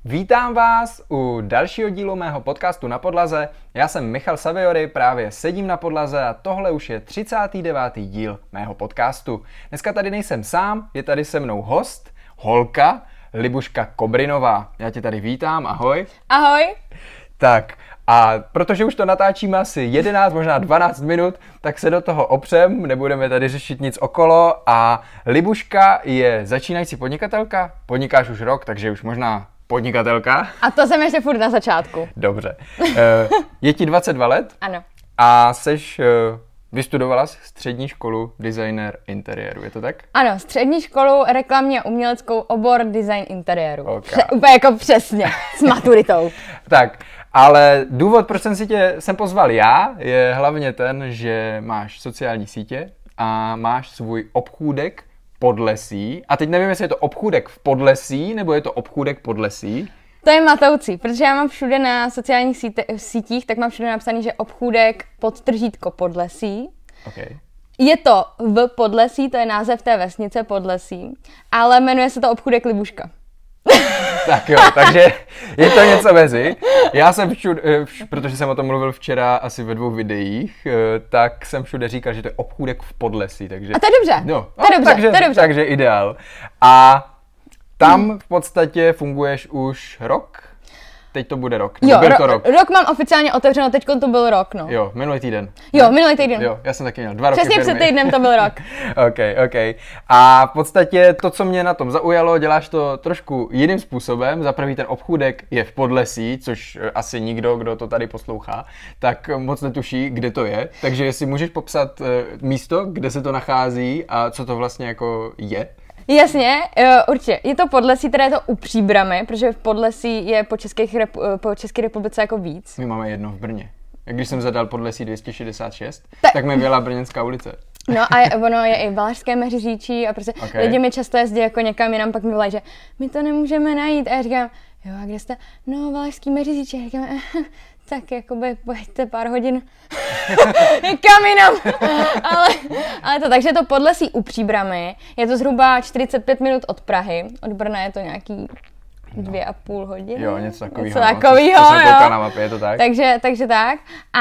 Vítám vás u dalšího dílu mého podcastu Na podlaze. Já jsem Michal Saviory, právě sedím na podlaze a tohle už je 39. díl mého podcastu. Dneska tady nejsem sám, je tady se mnou host, holka, Libuška Kobrinová. Já tě tady vítám, ahoj. Ahoj. Tak a protože už to natáčíme asi 11, možná 12 minut, tak se do toho opřem, nebudeme tady řešit nic okolo a Libuška je začínající podnikatelka, podnikáš už rok, takže už možná podnikatelka. A to jsem ještě furt na začátku. Dobře. Je ti 22 let? Ano. A vystudovala jsi střední školu designer interiéru, je to tak? Ano, střední školu reklamně uměleckou, obor design interiéru. Okay. Úplně jako přesně, s maturitou. Tak, ale důvod, proč jsem si tě sem pozval já, je hlavně ten, že máš sociální sítě a máš svůj obchůdek Podlesí. A teď nevím, jestli je to obchůdek v Podlesí, nebo je to obchůdek Podlesí. To je matoucí, protože já mám všude na sociálních sítích, tak mám všude napsaný, že obchůdek _Podlesí. Okay. Je to v Podlesí, to je název té vesnice Podlesí, ale jmenuje se to obchůdek Libuška. Tak jo, takže je to něco mezi. Já jsem protože jsem o tom mluvil včera asi ve 2 videích, tak jsem všude říkal, že to je obchůdek v Podlesí. Takže... A to je dobře, no, to je dobře. Takže ideál. A tam v podstatě funguješ už rok? Teď to bude rok. Jo, byl to rok. Rok mám oficiálně otevřeno, teď to byl rok, no. Jo, minulý týden. Jo, minulý týden. Jo, já jsem taky měl 2 roky přesně firmy. před týdnem to byl rok. OK. A v podstatě to, co mě na tom zaujalo, děláš to trošku jiným způsobem. Za prvý ten obchůdek je v Podlesí, což asi nikdo, kdo to tady poslouchá, tak moc netuší, kde to je. Takže jestli můžeš popsat místo, kde se to nachází a co to vlastně jako je? Jasně, určitě. Je to Podlesí, teda je to u Příbrami, protože v Podlesí je po České republice jako víc. My máme jedno v Brně. Když jsem zadal Podlesí 266, tak mi vyjela Brněnská ulice. No a ono je i Valašské Meřiříčí a prostě lidi mi často jezdí jako někam jinam, pak mi volají, že my to nemůžeme najít. A já říkám, jo, a kde jste? No, Valašský Meřiříčí. A říkám, tak jakoby pojďte pár hodin někam jinam. ale to, takže to Podlesí u Příbrami, je to zhruba 45 minut od Prahy, od Brna je to nějaký 2,5 hodiny. Jo, něco takového. Co jsem koukal na mapě, je to tak? Takže tak.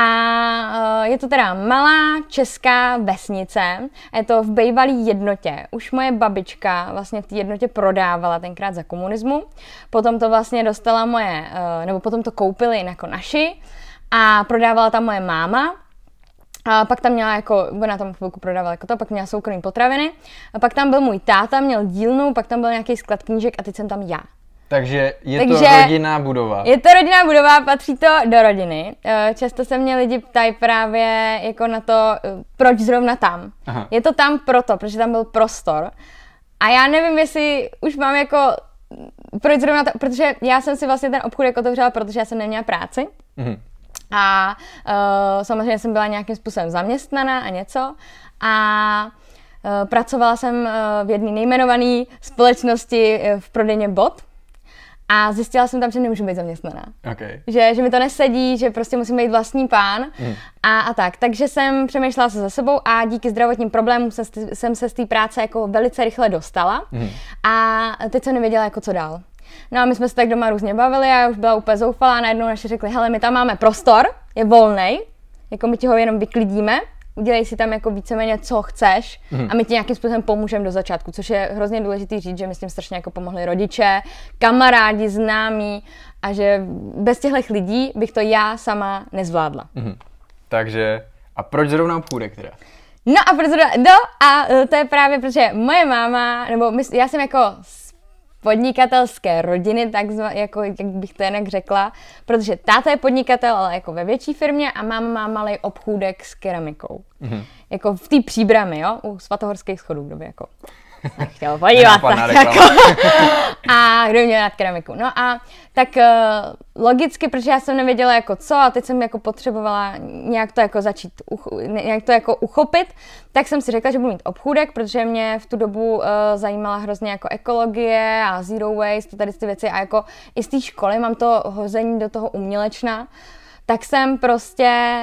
A je to teda malá česká vesnice. Je to v bývalý Jednotě. Už moje babička vlastně v té Jednotě prodávala tenkrát za komunismu. Potom to vlastně dostala nebo potom to koupili jako naši a prodávala tam moje máma. A pak tam měla ona tam chvilku prodávala jako to, pak měla soukromý potraviny. A pak tam byl můj táta, měl dílnu, pak tam byl nějaký sklad knížek a teď jsem tam já. Takže to rodinná budova. Je to rodinná budova, patří to do rodiny. Často se mě lidi ptají právě jako na to, proč zrovna tam. Aha. Je to tam proto, protože tam byl prostor. A já nevím, jestli už mám proč zrovna tam, protože já jsem si vlastně ten obchůdek otevřela, protože já jsem neměla práci. Mhm. A samozřejmě jsem byla nějakým způsobem zaměstnaná a něco. A pracovala jsem v jedné nejmenované společnosti v prodejně bot. A zjistila jsem tam, že nemůžu být zaměstnaná. Okay. Že mi to nesedí, že prostě musím být vlastní pán a tak. Takže jsem přemýšlela se za sebou a díky zdravotním problémům jsem se z té práce jako velice rychle dostala. A teď jsem nevěděla, jako co dál. No a my jsme se tak doma různě bavili a já už byla úplně zoufalá. Najednou naši řekli, hele, my tam máme prostor, je volnej, jako my ti ho jenom vyklidíme. Udělej si tam jako víceméně, co chceš a my ti nějakým způsobem pomůžeme do začátku, což je hrozně důležitý říct, že mi s tím strašně jako pomohli rodiče, kamarádi, známí a že bez těchto lidí bych to já sama nezvládla. Takže, a proč zrovna obchůdek teda? No a to je právě, protože moje máma, nebo já jsem jako podnikatelské rodiny, tak jako, jak bych to jinak řekla, protože táta je podnikatel, ale jako ve větší firmě a máma má malý obchůdek s keramikou. Jako v té Příbrami, jo, u Svatohorských schodů, kdo by jako chtěl podívat. A kdo měl rád keramiku. No a tak logicky, protože já jsem nevěděla jako co a teď jsem jako potřebovala nějak to jako nějak to jako uchopit, tak jsem si řekla, že budu mít obchůdek, protože mě v tu dobu zajímala hrozně jako ekologie a zero waste, tady ty věci a jako i z té školy mám to hození do toho umělečna, tak jsem prostě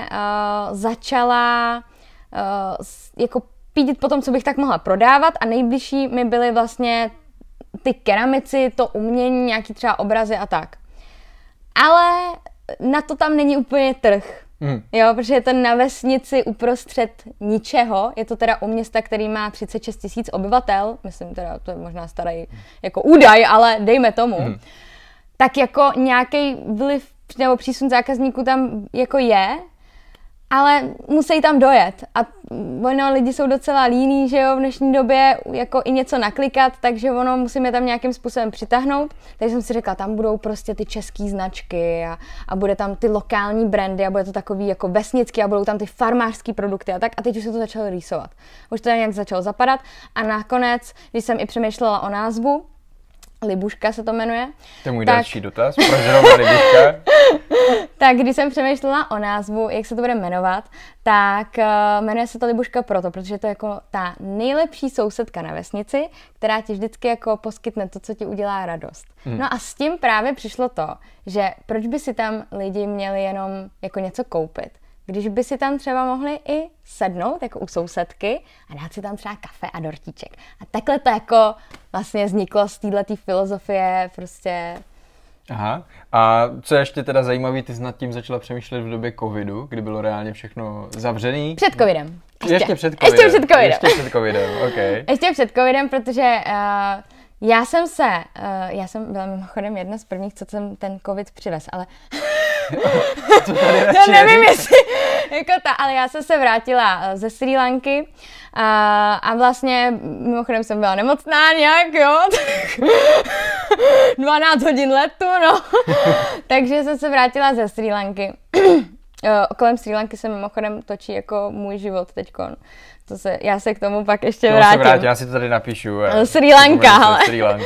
začala jako pídit po tom, co bych tak mohla prodávat a nejbližší mi byly vlastně ty keramici, to umění, nějaký třeba obrazy a tak. Ale na to tam není úplně trh. Jo, protože je to na vesnici uprostřed ničeho. Je to teda u města, který má 36 000 obyvatel. Myslím teda, to je možná starý jako údaj, ale dejme tomu. Tak jako nějaký vliv nebo přísun zákazníků tam jako je, ale musí tam dojet. A ono, lidi jsou docela líní, že jo, v dnešní době jako i něco naklikat, takže ono musíme tam nějakým způsobem přitáhnout. Takže jsem si řekla, tam budou prostě ty české značky a bude tam ty lokální brandy a bude to takový jako vesnický a budou tam ty farmářský produkty a tak. A teď už se to začalo rýsovat. Už to nějak začalo zapadat a nakonec, když jsem i přemýšlela o názvu, Libuška se to jmenuje. To je můj další dotaz. Proč zrovna Libuška? Tak když jsem přemýšlela o názvu, jak se to bude jmenovat, tak jmenuje se to Libuška protože to je jako ta nejlepší sousedka na vesnici, která ti vždycky jako poskytne to, co ti udělá radost. No a s tím právě přišlo to, že proč by si tam lidi měli jenom jako něco koupit, když by si tam třeba mohli i sednout jako u sousedky a dát si tam třeba kafe a dortíček. A takhle to jako vlastně vzniklo z této filozofie prostě. Aha. A co ještě teda zajímavý, ty jsi nad tím začala přemýšlet v době covidu, kdy bylo reálně všechno zavřený? Před covidem. Ještě před covidem. Ještě před covidem, okay. Ještě před covidem, protože já jsem byla mimochodem jedna z prvních, co jsem ten covid přivez, ale já nevím, jestli jako ale já jsem se vrátila ze Srí Lanky a vlastně mimochodem jsem byla nemocná nějak, jo, 12 hodin letu, no, takže jsem se vrátila ze Srí Lanky. Kolem Srí Lanky se mimochodem točí jako můj život teďkon. Já se k tomu pak ještě vrátím. Já si to tady napíšu. Srí Lanka, ale. Srí Lanka.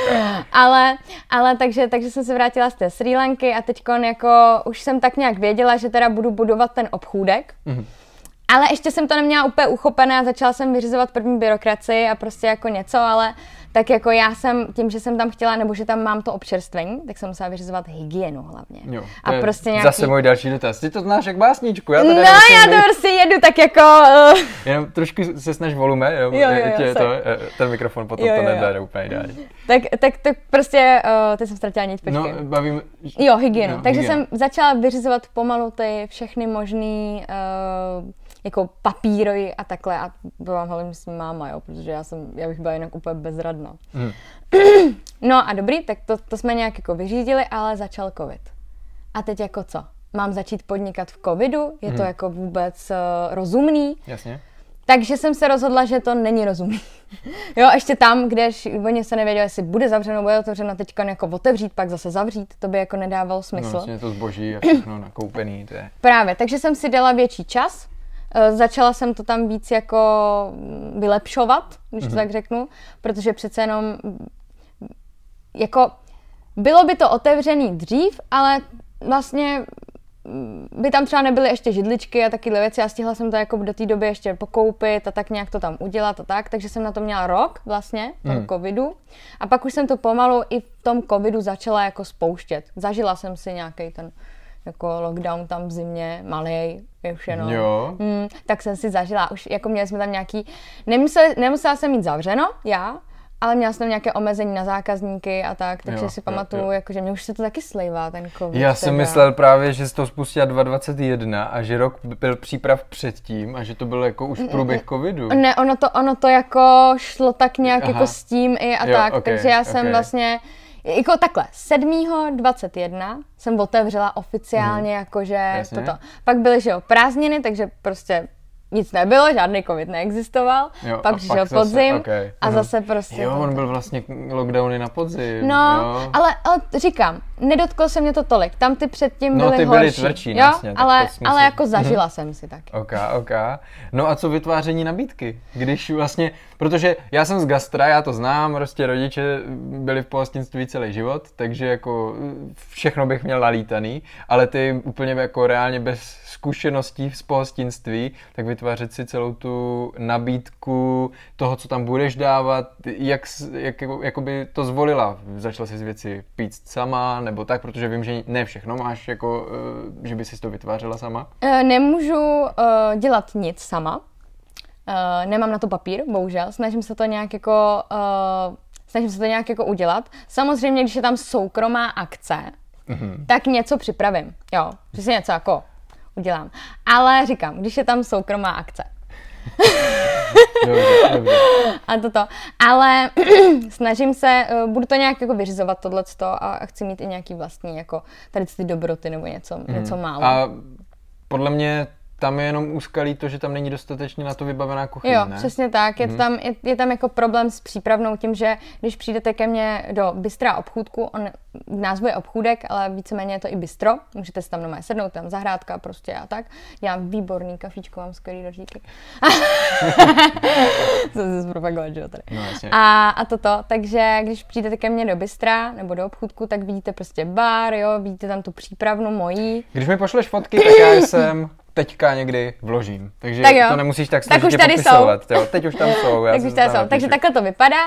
ale takže jsem se vrátila z té Srí Lanky a teďkon jako už jsem tak nějak věděla, že teda budu budovat ten obchůdek. Ale ještě jsem to neměla úplně uchopené a začala jsem vyřizovat první byrokracii a prostě jako něco, ale tak jako já jsem, tím, že jsem tam chtěla, nebo že tam mám to občerstvení, tak jsem musela vyřizovat hygienu hlavně. Jo, a prostě nějaký... Zase můj další dotaz. Ty to znáš jak básničku. Já to prostě jedu tak jako... Jenom trošku se snaž volume, jo, ten mikrofon potom to nedá úplně ideálně. Tak prostě, teď jsem ztratila niť, počkej. No, bavím... Jo, hygienu. Takže jsem začala vyřizovat pomalu ty všechny možný jako papíry a takhle a byla hlavně myslím máma, jo, protože já bych byla jinak úplně bezradná. No a dobrý, tak to jsme nějak jako vyřídili, ale začal covid. A teď jako co? Mám začít podnikat v covidu? Je to jako vůbec rozumný? Jasně. Takže jsem se rozhodla, že to není rozumný. Jo, ještě tam, kde oni se nevěděli, jestli bude zavřeno, bude otevřeno, teďka jako otevřít, pak zase zavřít, to by jako nedávalo smysl. No, vlastně to zboží a všechno nakoupený, to je. Právě, takže jsem si dala větší čas, začala jsem to tam víc jako vylepšovat, když to tak řeknu, protože přece jenom jako bylo by to otevřený dřív, ale vlastně by tam třeba nebyly ještě židličky a takovéhle věci a stihla jsem to jako do té doby ještě pokoupit a tak nějak to tam udělat a tak, takže jsem na to měla rok vlastně, toho covidu a pak už jsem to pomalu i v tom covidu začala jako spouštět. Zažila jsem si nějaký ten jako lockdown tam v zimě, malej, už jenom. Jo. Tak jsem si zažila, už jako měli jsme tam nějaký, nemusela jsem mít zavřeno, já, ale měla jsem tam nějaké omezení na zákazníky a tak, takže si pamatuju, jakože mě už se to taky slejvá, ten covid. Já jsem myslel právě, že jsi to spustila 2021 a že rok byl příprav předtím a že to byl jako už průběh covidu. Ne, ono to jako šlo tak nějak jako s tím i a tak, takže já jsem vlastně, jako takhle, 7.21 jsem otevřela oficiálně jakože toto. Pak byly, že jo, prázdniny, takže prostě nic nebylo, žádný covid neexistoval, pak přišel podzim a zase prostě... Jo, on byl vlastně lockdowny na podzim. No, ale říkám, nedotklo se mě to tolik, tam ty předtím byly ty horší. byly tvrdší, jo, vlastně, ale jako zažila jsem si taky. Ok. No a co vytváření nabídky? Když vlastně, protože já jsem z gastra, já to znám, prostě rodiče byli v pohostinství celý život, takže jako všechno bych měl nalítaný, ale ty úplně jako reálně bez zkušeností z pohostinství, tak vytvářet si celou tu nabídku toho, co tam budeš dávat, jak by to zvolila. Začala si z věci pít sama, nebo tak, protože vím, že ne všechno máš, jako, že by si to vytvářela sama? Nemůžu dělat nic sama. Nemám na to papír, bohužel. Snažím snažím se to nějak jako udělat. Samozřejmě, když je tam soukromá akce, tak něco připravím, jo, že si něco jako udělám. Ale říkám, když je tam soukromá akce. Dobře. A toto. Ale snažím se, budu to nějak jako vyřizovat tohleto a chci mít i nějaký vlastní jako tady ty dobroty nebo něco málo. A podle mě tam je jenom úskalí to, že tam není dostatečně na to vybavená kuchyň, jo, ne? Přesně tak. Je tam jako problém s přípravnou tím, že když přijdete ke mně do bystra obchůdku, v názvu je obchůdek, ale víceméně je to i bystro, můžete si tam doma sednout, tam zahrádka prostě a tak. Já mám výborný kafíčko, mám skvělý doříky. To se zpropagovat, že jo, tady. No, jasně. A toto, takže když přijdete ke mně do bystra nebo do obchůdku, tak vidíte prostě bar, jo, vidíte tam tu přípravnu mojí. Když mi pošleš fotky, tak já jsem teďka někdy vložím, takže tak to nemusíš tak složitě popisovat. Jo, teď už tam jsou. Takže takhle to vypadá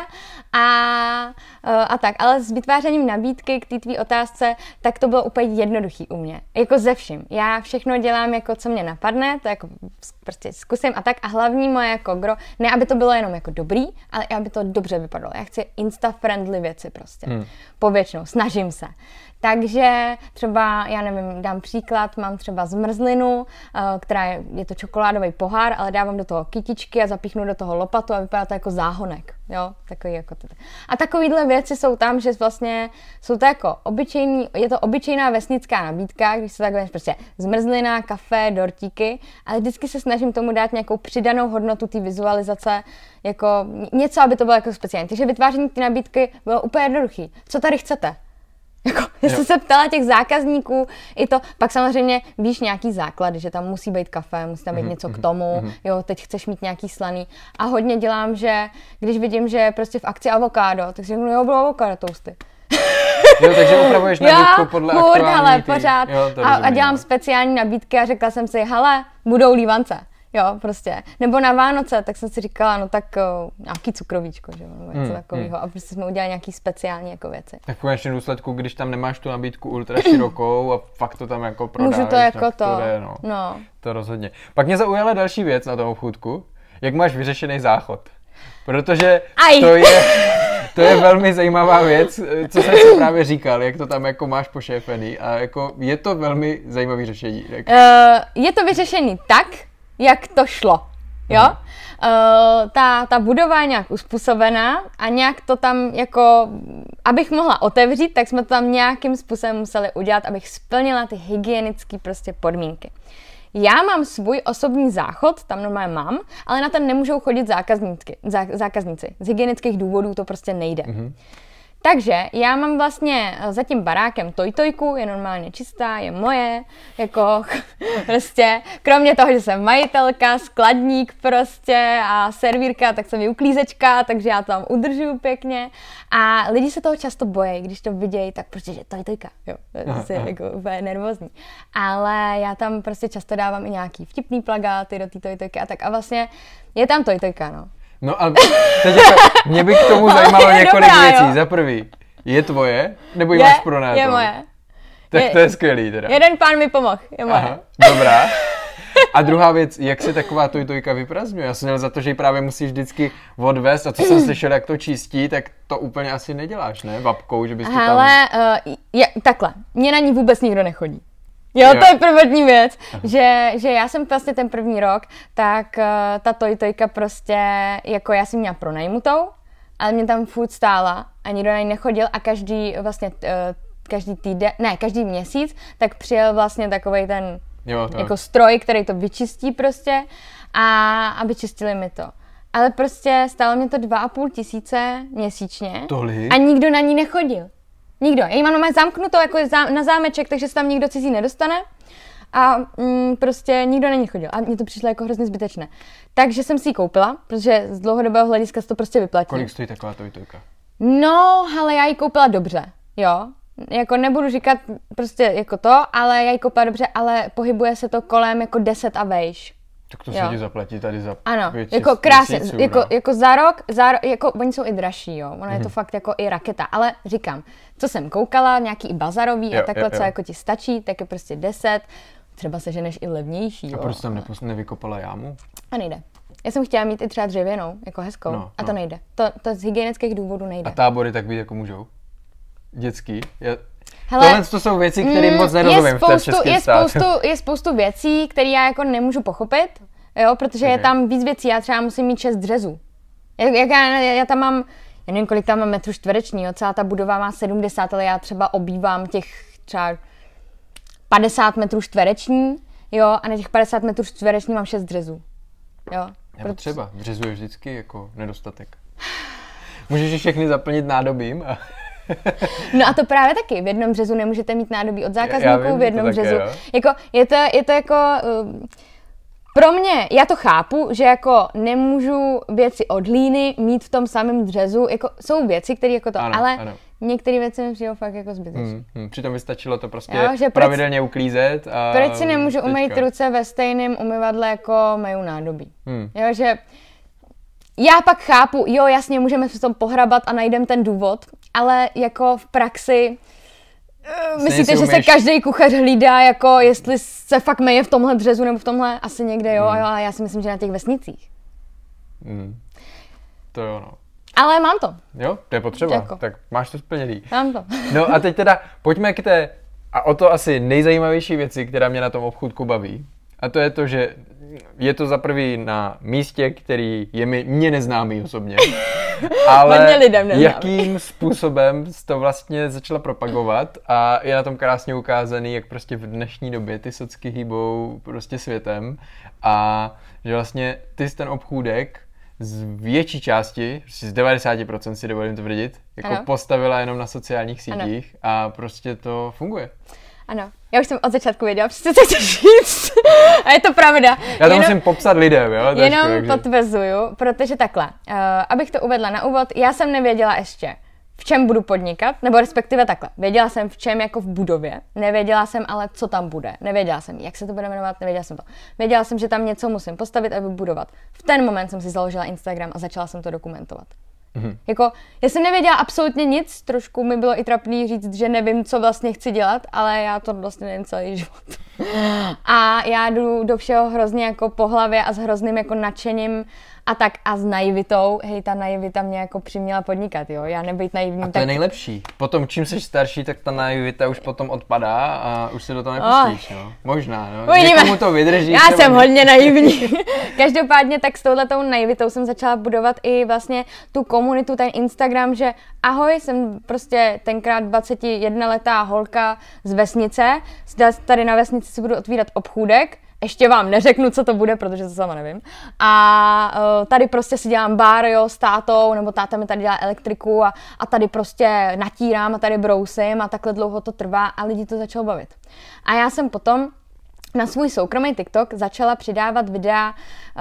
a tak. Ale s vytvářením nabídky k té tvý otázce, tak to bylo úplně jednoduchý u mě. Jako ze vším. Já všechno dělám jako co mě napadne, to jako prostě zkusím a tak. A hlavní moje jako gro, ne aby to bylo jenom jako dobrý, ale i aby to dobře vypadalo. Já chci insta-friendly věci prostě. Povětšinou, snažím se. Takže třeba, já nevím, dám příklad, mám třeba zmrzlinu, která je to čokoládový pohár, ale dávám do toho kytičky a zapíchnu do toho lopatu a vypadá to jako záhonek, jo, takový jako to. A takovýhle věci jsou tam, že vlastně jsou to jako je to obyčejná vesnická nabídka, když se takhle prostě zmrzlina, kafe, dortíky, ale vždycky se snažím tomu dát nějakou přidanou hodnotu té vizualizace, jako něco, aby to bylo jako speciální. Takže vytváření té nabídky bylo úplně jednoduchý. Co tady chcete? Jako, jestli se ptala těch zákazníků, i to, pak samozřejmě víš nějaký základy, že tam musí být kafe, musí tam být něco k tomu, jo, teď chceš mít nějaký slaný. A hodně dělám, že když vidím, že je prostě v akci avokádo, tak si řeknu, jo, bylo avokádo toasty. Jo, takže upravuješ nabídku podle aktuální pořád. A dělám speciální nabídky a řekla jsem si, hele, budou lívance. Jo, prostě. Nebo na Vánoce, tak jsem si říkala, no tak nějaký cukrovíčko, že nebo něco takového. A prostě jsme udělali nějaký speciální jako věci. Tak v konečném důsledku, když tam nemáš tu nabídku ultra širokou a fakt to tam jako prodáš, můžu to jako to jde, no. To rozhodně. Pak mě zaujala další věc na tom obchůdku. Jak máš vyřešený záchod? Protože to je velmi zajímavá věc, co jsem si právě říkal, jak to tam jako máš pošéfený a jako je to velmi zajímavý řešení. Je to vyřešený tak, jak to šlo, jo? Ta budova je nějak uspůsobená a nějak to tam jako, abych mohla otevřít, tak jsme to tam nějakým způsobem museli udělat, abych splnila ty hygienické prostě podmínky. Já mám svůj osobní záchod, tam normálně mám, ale na ten nemůžou chodit zákazníci. Z hygienických důvodů to prostě nejde. Takže já mám vlastně za tím barákem tojtojku, je normálně čistá, je moje, jako prostě, kromě toho, že jsem majitelka, skladník prostě a servírka, tak jsem i uklízečka, takže já to tam udržuju pěkně a lidi se toho často bojí, když to vidějí, tak prostě, že tojtojka, jo, to je jako úplně nervózní. Ale já tam prostě často dávám i nějaký vtipný plagáty do té tojtojky a tak a vlastně je tam tojtojka, no. No a teď mě by k tomu zajímalo několik věcí. Jo? Za prvý, je tvoje, nebo ji máš pronátou? Je moje. Tak to je skvělý teda. Jeden pán mi pomohl, je moje. Aha, dobrá. A druhá věc, jak se taková tojtojka vyprazdňuje? Já jsem měl za to, že ji právě musíš vždycky odvést a co jsem slyšel, jak to čistí, tak to úplně asi neděláš, ne? Vapkou, že bys to tam... Hele, takhle, mě na ní vůbec nikdo nechodí. Jo, to je prvotní věc, že já jsem vlastně ten první rok, tak ta tojtojka prostě, jako já jsem měla pronajmutou, ale mě tam furt stála a nikdo na ní nechodil a každý měsíc, tak přijel vlastně takovej ten jako stroj, který to vyčistí prostě a vyčistili mi to. Ale prostě stálo mě to 2,5 tisíce měsíčně. Tolik? A nikdo na ní nechodil. Nikdo. Já ji mám normálně zamknutou jako na zámeček, takže se tam nikdo cizí nedostane a prostě nikdo na ní chodil. A mně to přišlo jako hrozně zbytečné. Takže jsem si ji koupila, protože z dlouhodobého hlediska se to prostě vyplatí. Kolik stojí taková tojtojka? No, ale já ji koupila dobře, jo. Jako nebudu říkat prostě jako to, ale já ji koupila dobře, ale pohybuje se to kolem jako 10 a vejš. Tak to se ti zaplatí tady za ano, jako krásně, jako za rok, jako oni jsou i dražší, jo, ono je to fakt jako i raketa, ale říkám, co jsem koukala, nějaký i bazarový a takhle, co jako ti stačí, tak je prostě 10, třeba seženeš i levnější, jo. A proč tam nevykopala jámu? A nejde. Já jsem chtěla mít i třeba dřevěnou, jako hezkou, a to nejde. To z hygienických důvodů nejde. A tábory tak být jako můžou? Dětský? Tohle to jsou věci, které moc nerozumím v tom českém státu. Je spoustu věcí, které já jako nemůžu pochopit, jo, protože je tam víc věcí, já třeba musím mít 6 dřezů. Já tam mám, já nevím, kolik tam mám metrů čtverečního, celá ta budova má 70, ale já třeba obývám těch třeba 50 metrů čtvereční, jo, a na těch 50 metrů čtvereční mám 6 dřezů, jo. Nebo třeba, dřezu je vždycky jako nedostatek. Můžeš všechny zaplnit nádobím a... No a to právě taky. V jednom řezu nemůžete mít nádobí od zákazníků, v jednom řezu. Jako, je to jako... Pro mě, já to chápu, že jako nemůžu věci od hlíny mít v tom samém dřezu, jako jsou věci, které jako to, ale některé věci mi přijdou fakt jako zbytečné. Přitom by stačilo to prostě pravidelně uklízet a... Proč si nemůžu umýt ruce ve stejném umyvadle, jako mají nádobí? Jo, že... Já pak chápu, jo, jasně, můžeme se tom pohrabat a najdeme ten důvod, ale jako v praxi myslíte, že se každý kuchař hlídá, jako jestli se fakt meje v tomhle dřezu nebo v tomhle, asi někde, jo, a já si myslím, že na těch vesnicích. To jo, no. Ale mám to. Jo, to je potřeba, jako. Tak máš to splněný. Mám to. No a teď teda pojďme k té, a o to asi nejzajímavější věci, která mě na tom obchůdku baví. A to je to, že je to za prvý na místě, který je mě neznámý osobně. Ale jakým způsobem jsi to vlastně začala propagovat a je na tom krásně ukázaný, jak prostě v dnešní době ty socky hýbou prostě světem a že vlastně ty jsi ten obchůdek z větší části, prostě z 90% si dovolím tvrdit, jako postavila jenom na sociálních sítích a prostě to funguje. Ano, já už jsem od začátku věděla, přesně co chceš říct. A je to pravda. Já to musím popsat lidem, jo? Jenom potvrzuju, protože takhle, abych to uvedla na úvod, já jsem nevěděla ještě, v čem budu podnikat, nebo respektive takhle. Věděla jsem v čem jako v budově, nevěděla jsem ale, co tam bude. Nevěděla jsem, jak se to bude jmenovat, nevěděla jsem to. Věděla jsem, že tam něco musím postavit a vybudovat. V ten moment jsem si založila Instagram a začala jsem to dokumentovat. Jako, já jsem nevěděla absolutně nic, trošku mi bylo i trapný říct, že nevím, co vlastně chci dělat, ale já to vlastně nevím celý život. A já jdu do všeho hrozně jako po hlavě a s hrozným jako nadšením a tak a s naivitou. Hej, ta naivita mě jako přiměla podnikat, jo, já nebejt naivní. A to je nejlepší. Potom, čím jsi starší, tak ta naivita už potom odpadá a už se do toho nepustíš, no. Možná, no. Někomu to vydrží. Já jsem hodně naivní. Každopádně tak s touhletou naivitou jsem začala budovat i vlastně tu komunitu, ten Instagram, že ahoj, jsem prostě tenkrát 21letá holka z vesnice, tady na vesnici si budu otvírat obchůdek. Ještě vám neřeknu, co to bude, protože to sama nevím. A tady prostě si dělám bar, jo, s tátou, nebo táta mi tady dělá elektriku a tady prostě natírám a tady brousím a takhle dlouho to trvá a lidi to začalo bavit. A já jsem potom na svůj soukromý TikTok začala přidávat videa,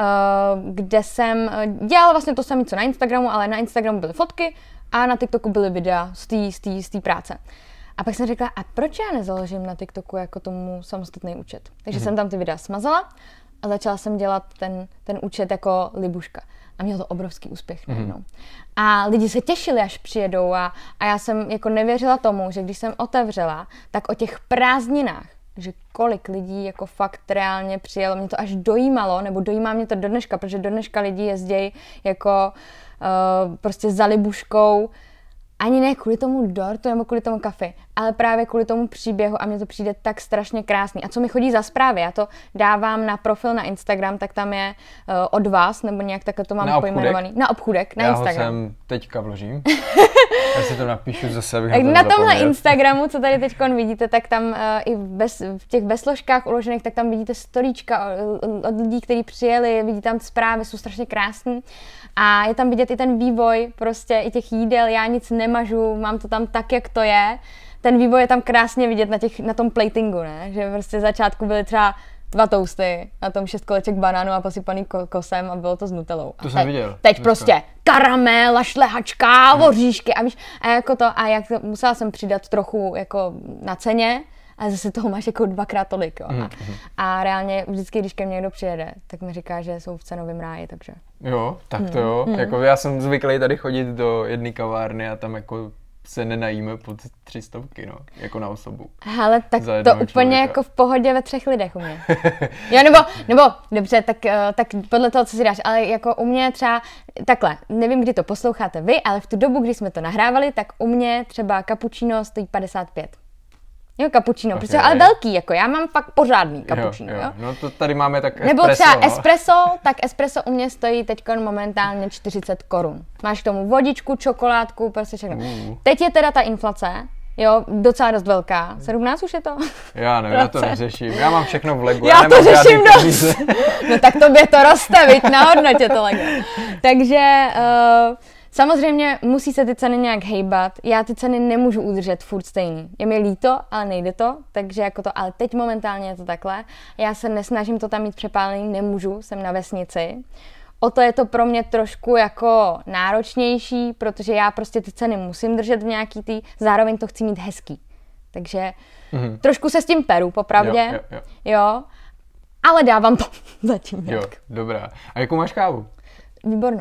kde jsem dělala vlastně to samé, co na Instagramu, ale na Instagramu byly fotky a na TikToku byly videa z té práce. A pak jsem řekla, a proč já nezaložím na TikToku jako tomu samostatný účet? Takže jsem tam ty videa smazala a začala jsem dělat ten účet jako libuška. A měl to obrovský úspěch najednou. A lidi se těšili, až přijedou a já jsem jako nevěřila tomu, že když jsem otevřela, tak o těch prázdninách, že kolik lidí jako fakt reálně přijelo, mě to až dojímalo, nebo dojímá mě to do dneška, protože do dneška lidi jezdějí jako prostě za libuškou, ani ne kvůli tomu dortu nebo kvůli tomu kafe, ale právě kvůli tomu příběhu a mně to přijde tak strašně krásný. A co mi chodí za zprávy, já to dávám na profil na Instagram, tak tam je od vás, nebo nějak takhle to mám pojmenovaný. Na obchůdek, na Instagram. Já ho sem teďka vložím. Já si to napíšu zase, abych na tomhle Instagramu, co tady teďkon vidíte, tak tam i v těch vesložkách uložených, tak tam vidíte storíčka od lidí, kteří přijeli, vidí tam zprávy, jsou strašně krásný. A je tam vidět i ten vývoj, prostě i těch jídel, já nic nemažu, mám to tam tak, jak to je. Ten vývoj je tam krásně vidět na tom platingu, ne? Že prostě v začátku byly třeba 2 toasty, na tom 6 koleček banánu a posypaný kokosem a bylo to s nutellou. To jsem viděl. Teď prostě karamel, šlehačka, oříšky a víš, a jako to, a jak musela jsem přidat trochu jako na ceně, ale zase toho máš jako 2x tolik, jo. A reálně vždycky, když ke mně někdo přijede, tak mi říká, že jsou v cenovém ráji, takže. Jo, tak to jo. Jako já jsem zvyklý tady chodit do jedné kavárny a tam jako se nenajíme pod 300, no, jako na osobu. Hele, tak to úplně člověka. Jako v pohodě ve 3 lidech u mě. Jo, nebo dobře, tak podle toho, co si dáš, ale jako u mě třeba, takhle, nevím, kdy to posloucháte vy, ale v tu dobu, kdy jsme to nahrávali, tak u mě třeba cappuccino stojí 55. Jo, cappuccino, okay. Protože ale velký, jako já mám fakt pořádný cappuccino, jo. No to tady máme tak espresso. Nebo třeba espresso, tak espresso u mě stojí teď momentálně 40 korun. Máš k tomu vodičku, čokoládku, prostě všechno. Teď je teda ta inflace, jo, docela dost velká. 17 už je to? Já nevím, já to neřeším. Já mám všechno v Legu. Já to řeším dost. No tak tobě to roste, viď, na hodnotě to Lego. Takže samozřejmě musí se ty ceny nějak hejbat. Já ty ceny nemůžu udržet furt stejný. Je mi líto, ale nejde to, takže jako to, ale teď momentálně je to takhle. Já se nesnažím to tam mít přepálený, nemůžu, jsem na vesnici. O to je to pro mě trošku jako náročnější, protože já prostě ty ceny musím držet v nějaký zároveň to chci mít hezký. Takže trošku se s tím peru, popravdě. Jo. Ale dávám to zatím. Jo, dobrá. A jakou máš kávu? Výbornou.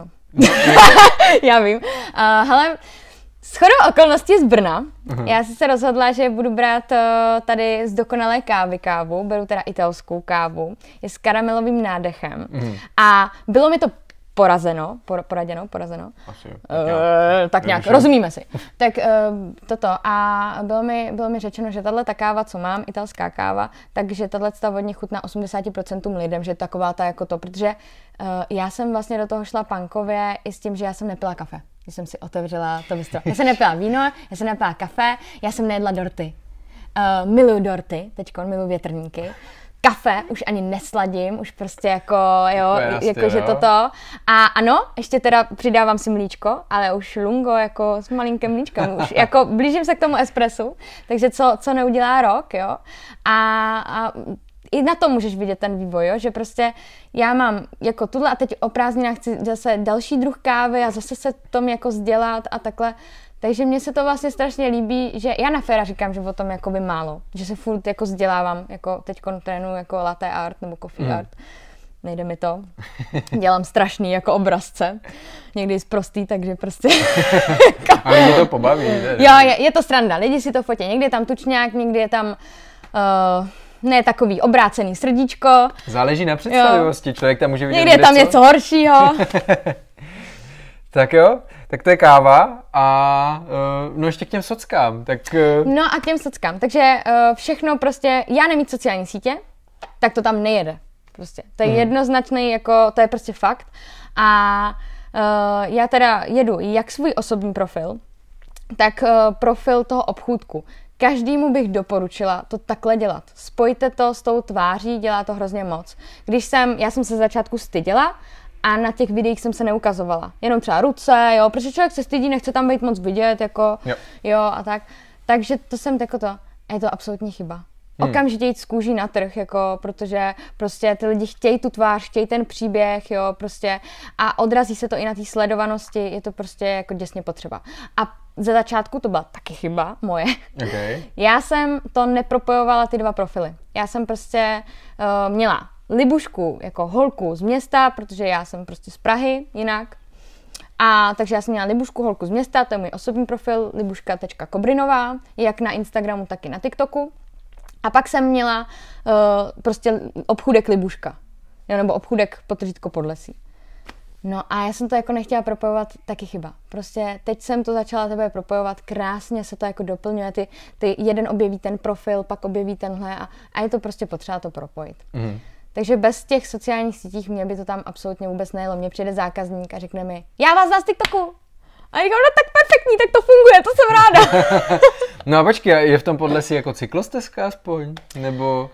Já vím. Hele, shodou okolností z Brna. Já jsem se rozhodla, že budu brát tady z dokonalé kávy kávu. Beru teda italskou kávu. Je s karamelovým nádechem. A bylo mi to poraděno. Asi, tak nějak, rozumíme si. Tak toto. A bylo mi řečeno, že tahle ta káva, co mám, italská káva, takže tahle ta vodně chutná 80% lidem, že je taková ta jako to, protože já jsem vlastně do toho šla punkově i s tím, že já jsem nepila kafe. Když jsem si otevřela to bistro. Já jsem nepila víno, já jsem nepila kafe, já jsem nejedla dorty. Miluju dorty, teďko miluju větrníky. Kafe už ani nesladím, už prostě jako, jo, jakože toto. A ano, ještě teda přidávám si mlíčko, ale už lungo jako s malinkým mlíčkem, už jako blížím se k tomu espressu, takže co neudělá rok, jo. A i na tom můžeš vidět ten vývoj, jo? Že prostě já mám jako tuhle a teď o prázdninách chci zase další druh kávy a zase se tom jako sdělat a takhle. Takže mně se to vlastně strašně líbí, že já na Féra říkám, že o tom jakoby málo, že se furt jako vzdělávám, jako teď trénuju jako latte art nebo coffee art. Nejde mi to. Dělám strašný jako obrazce. Někdy zprostý, takže prostě... Ale mě to pobaví. Jo, je to sranda. Lidi si to fotí. Někdy je tam tučňák, někdy je tam... ne takový obrácený srdíčko. Záleží na představivosti, člověk tam může vidět. Někdy je tam něco horšího. Tak jo, tak to je káva a no ještě k těm sockám. No a k těm sockám, takže všechno prostě, já nemít sociální sítě, tak to tam nejede. Prostě. To je jednoznačný, jako, to je prostě fakt. A já teda jedu jak svůj osobní profil, tak profil toho obchůdku. Každému bych doporučila to takhle dělat. Spojte to s tou tváří, dělá to hrozně moc. Já jsem se začátku styděla a na těch videích jsem se neukazovala. Jenom třeba ruce, jo, protože člověk se stydí, nechce tam být moc vidět, jako, jo a tak. Takže to jsem jako to, je to absolutní chyba. Okamžitě jít z kůží na trh, jako, protože prostě ty lidi chtějí tu tvář, chtějí ten příběh, jo, prostě a odrazí se to i na té sledovanosti, je to prostě jako děsně potřeba. A ze začátku to byla taky chyba moje. Okay. Já jsem to nepropojovala ty dva profily. Já jsem prostě měla Libušku jako holku z města, protože já jsem prostě z Prahy jinak. A takže já jsem měla Libušku holku z města, to je můj osobní profil libuška.kobrinová, jak na Instagramu, tak i na TikToku. A pak jsem měla prostě obchůdek Libuška, nebo obchůdek Potržítko Podlesí. No a já jsem to jako nechtěla propojovat, taky chyba. Prostě teď jsem to začala tebe propojovat, krásně se to jako doplňuje, ty jeden objeví ten profil, pak objeví tenhle a je to prostě potřeba to propojit. Takže bez těch sociálních sítích mě by to tam absolutně vůbec nejelo. Mně přijde zákazník a řekne mi, já vás znám z TikToku. A říkám, no tak perfektní, tak to funguje, to jsem ráda. No a počkej, je v tom Podlesí jako cyklostezka aspoň? Nebo...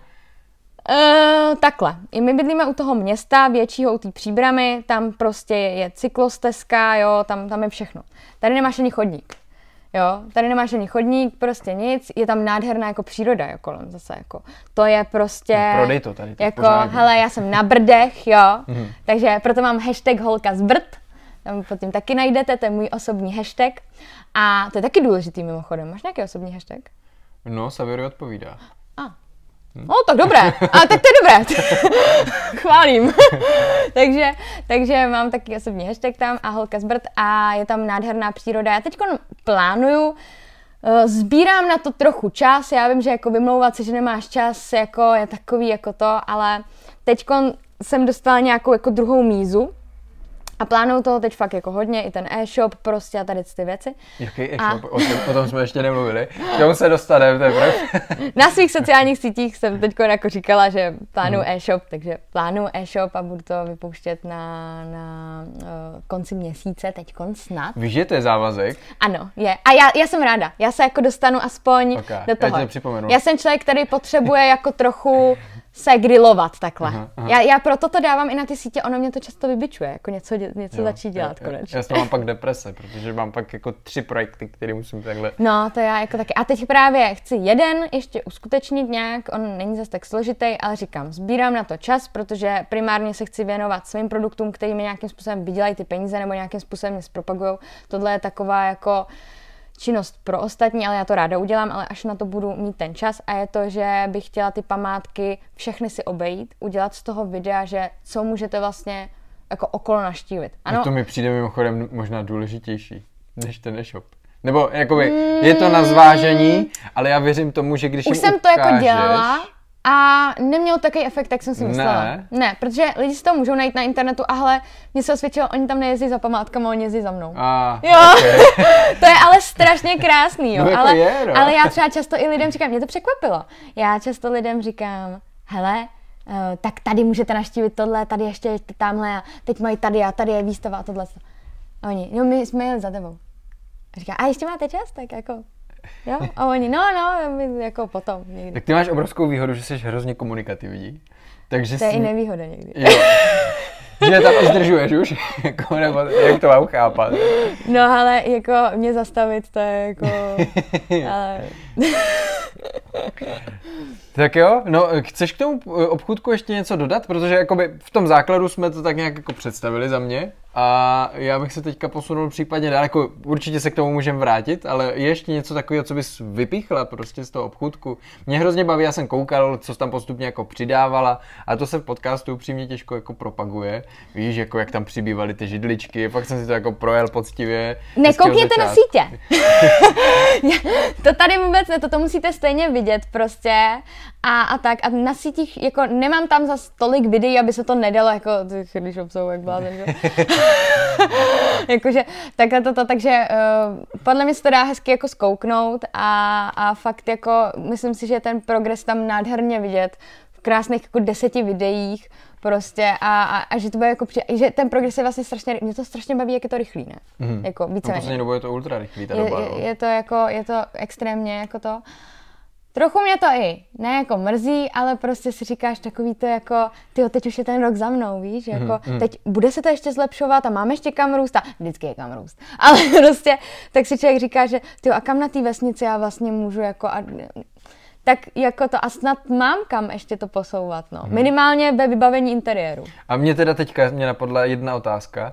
Takhle. I my bydlíme u toho města většího, u té Příbramy, tam prostě je cyklostezka, jo, tam je všechno. Tady nemáš ani chodník. Jo, tady nemáš ani chodník, prostě nic, je tam nádherná jako příroda, jo, kolem zase, jako. To je prostě... No, prodej to tady. Jako, hele, já jsem na Brdech, jo, takže proto mám hashtag holka z Brd, tam pod tím taky najdete, to je můj osobní hashtag. A to je taky důležitý mimochodem. Máš nějaký osobní hashtag? No, Savery odpovídá. No, tak dobré. A tak to je dobré. Chválím. takže mám taky osobní hashtag tam a holka z Brd a je tam nádherná příroda. Já teď plánuju Sbírám na to trochu čas, já vím, že jako vymlouvat se, že nemáš čas, jako je takový jako to, ale teďkon jsem dostala nějakou jako druhou mízu a plánuju toho teď fakt jako hodně, i ten e-shop prostě a tady ty věci. Jaký e-shop? O tom jsme ještě nemluvili. K tomu se dostaneme teprve. Na svých sociálních sítích jsem teď jako říkala, že plánuju e-shop, takže plánuju e-shop a budu to vypouštět na konci měsíce, teďkon snad. Víš, že to je závazek? Ano, je. A já jsem ráda. Já se jako dostanu aspoň do toho. Já jsem člověk, který potřebuje jako trochu se grilovat takhle. Aha. Já proto to dávám i na ty sítě, ono mě to často vybičuje, jako něco začít dělat konečně. Já s toho mám pak deprese, protože mám pak jako 3 projekty, které musím takhle... No, to já jako taky. A teď právě chci jeden ještě uskutečnit nějak, on není zase tak složitý, ale říkám, sbírám na to čas, protože primárně se chci věnovat svým produktům, který mi nějakým způsobem vydělají ty peníze nebo nějakým způsobem mě zpropagujou. Tohle je taková jako činnost pro ostatní, ale já to ráda udělám, ale až na to budu mít ten čas a je to, že bych chtěla ty památky všechny si obejít, udělat z toho videa, že co můžete vlastně jako okolo naštívit. Ano. To mi přijde mimochodem možná důležitější než ten e-shop. Nebo jakoby je to na zvážení, ale já věřím tomu, že když už jsem to jako dělala a nemělo takový efekt, jak jsem si myslela. Ne, protože lidi si to můžou najít na internetu, ale mně se osvědčilo, oni tam nejezdí za památkama, oni jezdí za mnou. Jo, okay. To je ale strašně krásný, jo. No, ale já třeba často i lidem říkám, mě to překvapilo. Já často lidem říkám, hele, tak tady můžete navštívit tohle, tady ještě tamhle a teď mají tady a tady je výstava a tohle. A oni, no my jsme jeli za tebou. A říká, a ještě máte čas? Tak jako... Jo? A oni, no, jako potom někdy. Tak ty máš obrovskou výhodu, že jsi hrozně komunikativní. Takže to je i nevýhoda někdy. Jo. Že tam zdržuješ už? Jako, nebo jak to mám chápat? No ale jako mě zastavit, to je jako... ale... Tak jo, no chceš k tomu obchůdku ještě něco dodat? Protože jakoby v tom základu jsme to tak nějak jako představili za mě a já bych se teďka posunul případně dál, jako určitě se k tomu můžeme vrátit, ale je ještě něco takového, co bys vypíchla prostě z toho obchůdku. Mě hrozně baví, já jsem koukal, co tam postupně jako přidávala a to se v podcastu upřímně těžko jako propaguje. Víš, jako jak tam přibývaly ty židličky, fakt jsem si to jako projel poctivě. Nekoukněte na sítě. To tady vůbec ne, to musíte stejně vidět prostě a tak a na sítích jako nemám tam zas tolik videí, aby se to nedalo jako když obsahou jak blázen, že? Jakože takhle toto, takže podle mě se to dá hezky jako zkouknout a fakt jako myslím si, že ten progres tam nádherně vidět v krásných jako 10 videích prostě a že to bude jako že ten progres je vlastně strašně, mě to strašně baví, jak je to rychlý, ne? Jako víceméně. No poslední dobou je to ultra rychlý ta doba. Je to extrémně jako to. Trochu mě to i, ne jako mrzí, ale prostě si říkáš takový to jako, tyjo, teď už je ten rok za mnou, víš, jako teď bude se to ještě zlepšovat a máme ještě kam růst a vždycky je kam růst. Ale prostě, tak si člověk říká, že tyjo, a kam na té vesnici já vlastně můžu jako, tak jako to a snad mám kam ještě to posouvat, no. Minimálně ve vybavení interiéru. A mě teda teďka napadla jedna otázka.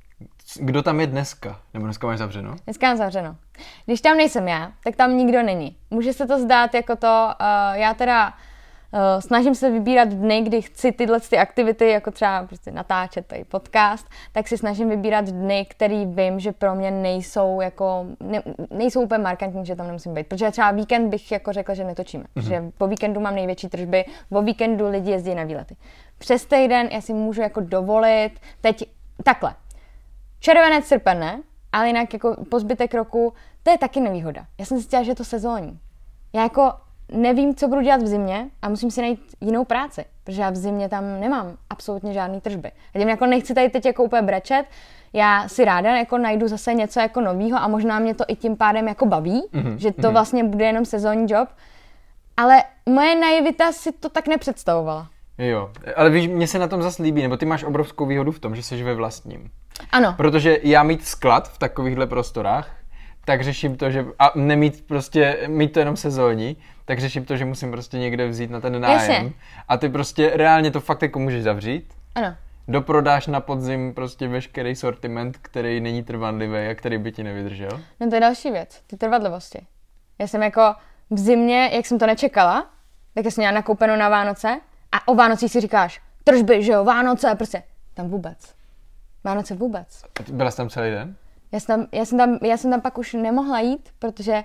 Kdo tam je dneska? Nebo dneska máš zavřeno? Dneska mám zavřeno. Když tam nejsem já, tak tam nikdo není. Může se to zdát jako to, já teda snažím se vybírat dny, kdy chci tyhle ty aktivity, jako třeba prostě natáčet tady podcast, tak si snažím vybírat dny, který vím, že pro mě nejsou jako, nejsou úplně markantní, že tam nemusím být. Protože třeba víkend bych jako řekla, že netočíme. Protože po víkendu mám největší tržby, po víkendu lidi jezdí na výlety. Přes týden já si můžu jako dovolit, teď takhle. Červenec, srpen ne, ale jinak jako po zbytek roku, to je taky nevýhoda. Já jsem zjistila, že je to sezónní. Já jako nevím, co budu dělat v zimě a musím si najít jinou práci, protože já v zimě tam nemám absolutně žádný tržby. A tím jako nechci tady teď jako úplně brečet, já si ráda jako najdu zase něco jako novýho a možná mě to i tím pádem jako baví, že to vlastně bude jenom sezónní job, ale moje naivita si to tak nepředstavovala. Jo, ale víš, mně se na tom zase líbí, nebo ty máš obrovskou výhodu v tom, že jsi ve vlastním. Ano. Protože já mít sklad v takovýchhle prostorách, tak řeším to, že a nemít prostě, mít to jenom sezónní, tak řeším to, že musím prostě někde vzít na ten nájem. Jasně. A ty prostě reálně to fakt jako můžeš zavřít. Ano. Doprodáš na podzim prostě veškerý sortiment, který není trvanlivý a který by ti nevydržel. No to je další věc, ty trvanlivosti. Já jsem jako v zimě, jak jsem to nečekala, tak jsem měla nakoupeno na Vánoce a o Vánocích si říkáš, tržby, že jo, Vánoce, prostě tam vůbec. Vánoce vůbec. Byla jsi tam celý den? Já jsem tam pak už nemohla jít, protože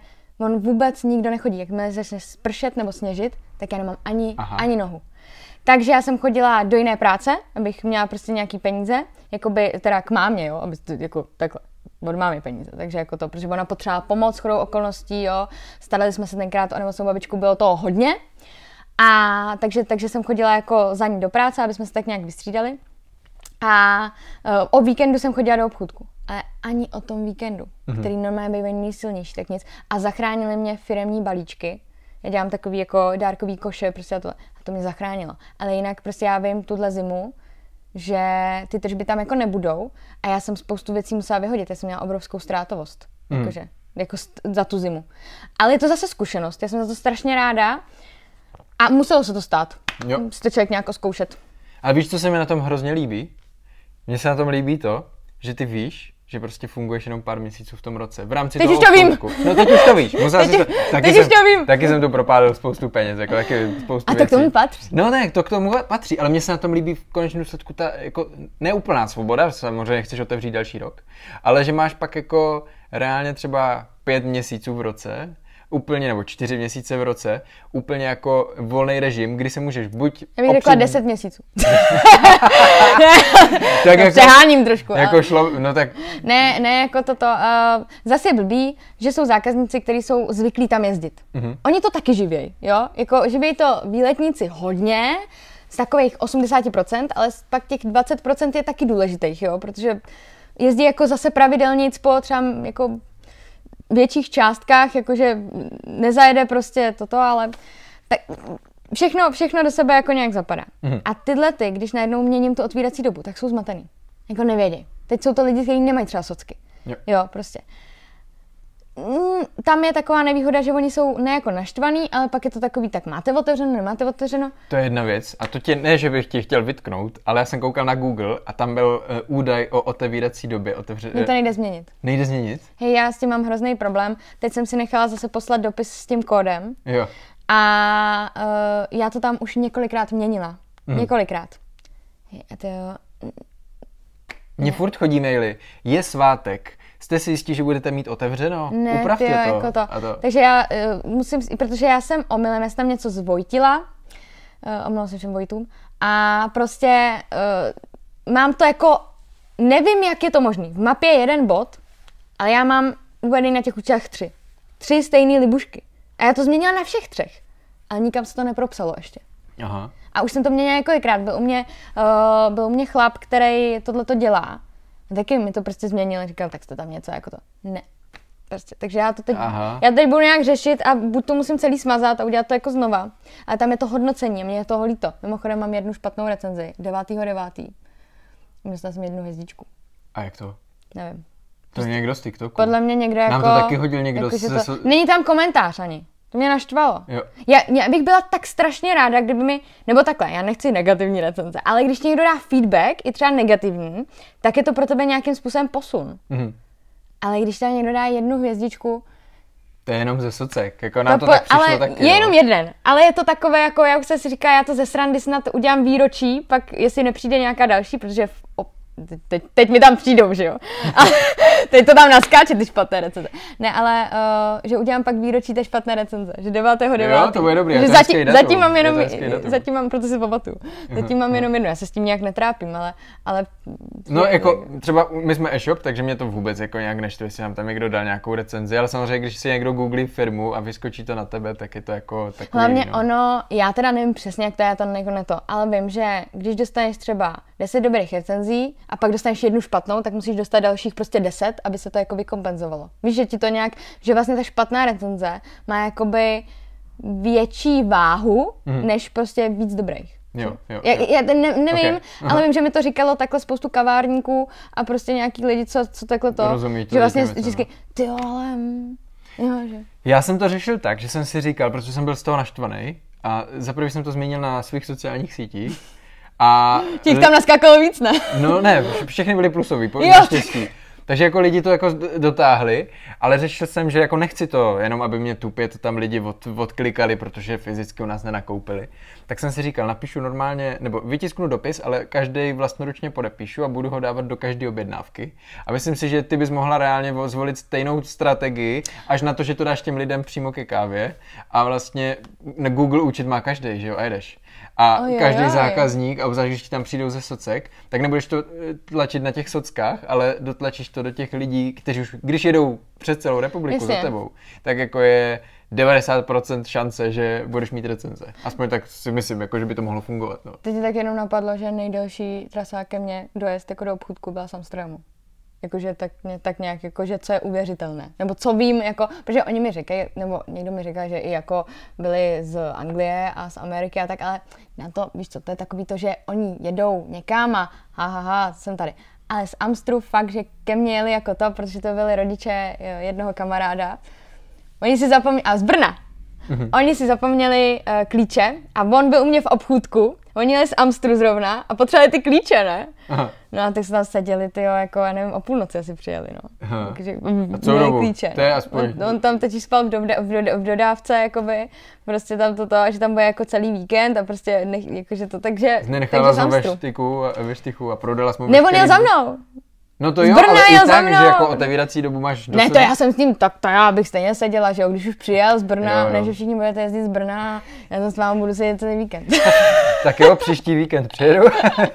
on vůbec nikdo nechodí. Jakmile začne spršet nebo sněžit, tak já nemám ani nohu. Takže já jsem chodila do jiné práce, abych měla prostě nějaký peníze, jakoby teda k mámě, jo, aby jako takhle. Od mámy peníze, takže jako to, protože ona potřebovala pomoc shodou okolností, jo. Starali jsme se tenkrát o nemocnou babičku, bylo toho hodně. A takže jsem chodila jako za ní do práce, aby jsme se tak nějak vystřídali. A o víkendu jsem chodila do obchůdku. Ale ani o tom víkendu, který normálně bývají nejsilnější, tak nic. A zachránili mě firemní balíčky. Já dělám takový jako dárkový koše, prostě a to mě zachránilo. Ale jinak prostě já vím tuhle zimu, že ty tržby tam jako nebudou a já jsem spoustu věcí musela vyhodit, já jsem měla obrovskou ztrátovost, jakože, jako za tu zimu. Ale je to zase zkušenost, já jsem za to strašně ráda a muselo se to stát. Si to člověk nějak zkoušet. Ale víš, co se mi na tom hrozně líbí? Mně se na tom líbí to, že ty víš, že prostě funguješ jenom pár měsíců v tom roce. V rámci teď toho už to vím. No teď už to víš. Taky jsem to propálil spoustu peněz, jako taky spoustu věcí. A to k tomu patří. No ne, to k tomu patří, ale mně se na tom líbí v konečném důsledku ta jako neúplná svoboda, samozřejmě chceš otevřít další rok, ale že máš pak jako reálně třeba 5 měsíců v roce, úplně, nebo 4 měsíce v roce, úplně jako volný režim, kdy se můžeš buď... Já bych řekla 10 měsíců. Tak jako, přeháním trošku. Jako šlo, no tak... Ne, jako toto. Zase je blbý, že jsou zákazníci, kteří jsou zvyklí tam jezdit. Oni to taky živějí, jo? Jako živějí to výletníci hodně, z takových 80%, ale pak těch 20% je taky důležitých, jo? Protože jezdí jako zase pravidelně po třeba jako větších částkách, jakože nezajede prostě toto, ale tak všechno do sebe jako nějak zapadá. A tyhle když najednou měním tu otvírací dobu, tak jsou zmatený. Jako nevědějí. Teď jsou to lidi, kteří nemají třeba socky. Jo, prostě. Tam je taková nevýhoda, že oni jsou ne jako naštvaný, ale pak je to takový, tak máte otevřeno, nemáte otevřeno. To je jedna věc a to tě ne, že bych ti chtěl vytknout, ale já jsem koukal na Google a tam byl údaj o otevírací době. Mě to nejde změnit. Nejde změnit? Hej, já s tím mám hrozný problém. Teď jsem si nechala zase poslat dopis s tím kódem. Jo. A já to tam už několikrát měnila. Několikrát. Mně furt chodí maily. Je svátek. Jste si jistí, že budete mít otevřeno? Ne, upravte to. Jako to. Takže já musím, protože já jsem omylem, já jsem tam něco zvojtila, omlouvám se všem Vojtům, a prostě mám to jako, nevím, jak je to možný. V mapě je jeden bod, ale já mám uvedený na těch účtách 3. 3 stejné libušky. A já to změnila na všech 3. Ale nikam se to nepropsalo ještě. Aha. A už jsem to měnila několikrát. Byl u mě chlap, který tohleto dělá. A taky mi to prostě změnil. Říkal, tak jste tam něco jako to. Ne. Prostě. Takže já teď budu nějak řešit a buď to musím celý smazat a udělat to jako znova. Ale tam je to hodnocení, mě je toho líto. Mimochodem mám jednu špatnou recenzi. 9.9. Dostala jsem 1 hvězdičku. A jak to? Nevím. To je někdo z TikToku? Podle mě někdo jako... Nám to taky hodil někdo jako, Není tam komentář ani. To mě naštvalo. Jo. Já bych byla tak strašně ráda, kdyby mi, nebo takhle, já nechci negativní recenze, ale když ti někdo dá feedback, i třeba negativní, tak je to pro tebe nějakým způsobem posun. Ale když tam někdo dá 1 hvězdičku... To je jenom ze socek, jako nám to tak přišlo ale taky. Je jenom jeden, ale je to takové, jako já už se si říká, já to ze srandy snad udělám výročí, pak jestli nepřijde nějaká další, protože teď mi tam přijdou, že jo. A teď to tam naskáče, ty špatné recenze. Ne, ale že udělám pak výročí té špatné recenze, že 9.9. Jo, to bude dobrý. Zatím mám jenom, proto si pamatuju. Zatím mám jenom 1, já se s tím nějak netrápím, ale no jako třeba my jsme e-shop, takže mě to vůbec jako nějak neštve, jestli nám tam někdo dal nějakou recenzi, ale samozřejmě, když si někdo googlí firmu a vyskočí to na tebe, tak je to jako takový. Hlavně já teda nevím přesně, jak to je, to ne to, ale vím, že když dostaneš třeba 10 dobrých recenzí a pak dostaneš 1 špatnou, tak musíš dostat dalších prostě 10, aby se to jako vykompenzovalo. Víš, že ti to nějak, že vlastně ta špatná recenze má jakoby větší váhu, než prostě víc dobrých. Jo. Já nevím, okay. Ale vím, že mi to říkalo takhle spoustu kavárníků a prostě nějaký lidi, co takhle to, rozumí to že vlastně vždycky, ty ale, jo, že. Já jsem to řešil tak, že jsem si říkal, protože jsem byl z toho naštvaný a zaprvé jsem to zmínil na svých sociálních sítích. A těch tam naskákalo víc, ne? No ne, všechny byly plusový, naštěstí. Takže jako lidi to jako dotáhli, ale řešil jsem, že jako nechci to, jenom aby mě tupě to tam lidi odklikali, protože fyzicky u nás nenakoupili. Tak jsem si říkal, napíšu normálně, nebo vytisknu dopis, ale každý vlastnoručně podepíšu a budu ho dávat do každé objednávky. A myslím si, že ty bys mohla reálně zvolit stejnou strategii, až na to, že to dáš těm lidem přímo ke kávě a vlastně na Google účet má každý, že jo, a jedeš. A každý zákazník, a obzvlášť, když ti tam přijdou ze socek, tak nebudeš to tlačit na těch sockách, ale dotlačíš to do těch lidí, kteří už, když jedou přes celou republiku za tebou, tak jako je 90% šance, že budeš mít recenze. Aspoň tak si myslím, jako, že by to mohlo fungovat. No. Teď tak jenom napadlo, že nejdelší trasa ke mně dojezd jako do obchůdku byla z Amsterdamu. Jakože tak nějak, jakože co je uvěřitelné. Nebo co vím, jako, protože oni mi říkají, nebo někdo mi říká, že i jako byli z Anglie a z Ameriky a tak, ale na to, víš co, to je takový to, že oni jedou někam a jsem tady. Ale z Amstru fakt, že ke mně jeli jako to, protože to byli rodiče jednoho kamaráda. Oni si zapomněli, a z Brna, oni si zapomněli klíče a on byl u mě v obchůdku. Oni jeli z Amstru zrovna a potřebovali ty klíče, ne? Aha. No a tak se tam seděli, tyjo, jako, já nevím, o půlnoci asi přijeli, no. Takže, a co dobu? Klíče. To je aspoň... On tam teď spal v dodávce, jakoby, prostě tam toto, že tam bude jako celý víkend a prostě, jakože to, takže... Nenechala jsem ve štychu a prodala jsme... Nebo jel za mnou! No to jo, ale i tak, že jako otevírací dobu máš Ne, to já jsem s tím, tak to já bych stejně seděla, že jo, když už přijel z Brna, ne, že všichni budete jezdit z Brna, já tam s vámi budu sedět celý víkend. Tak jo, příští víkend přijedu.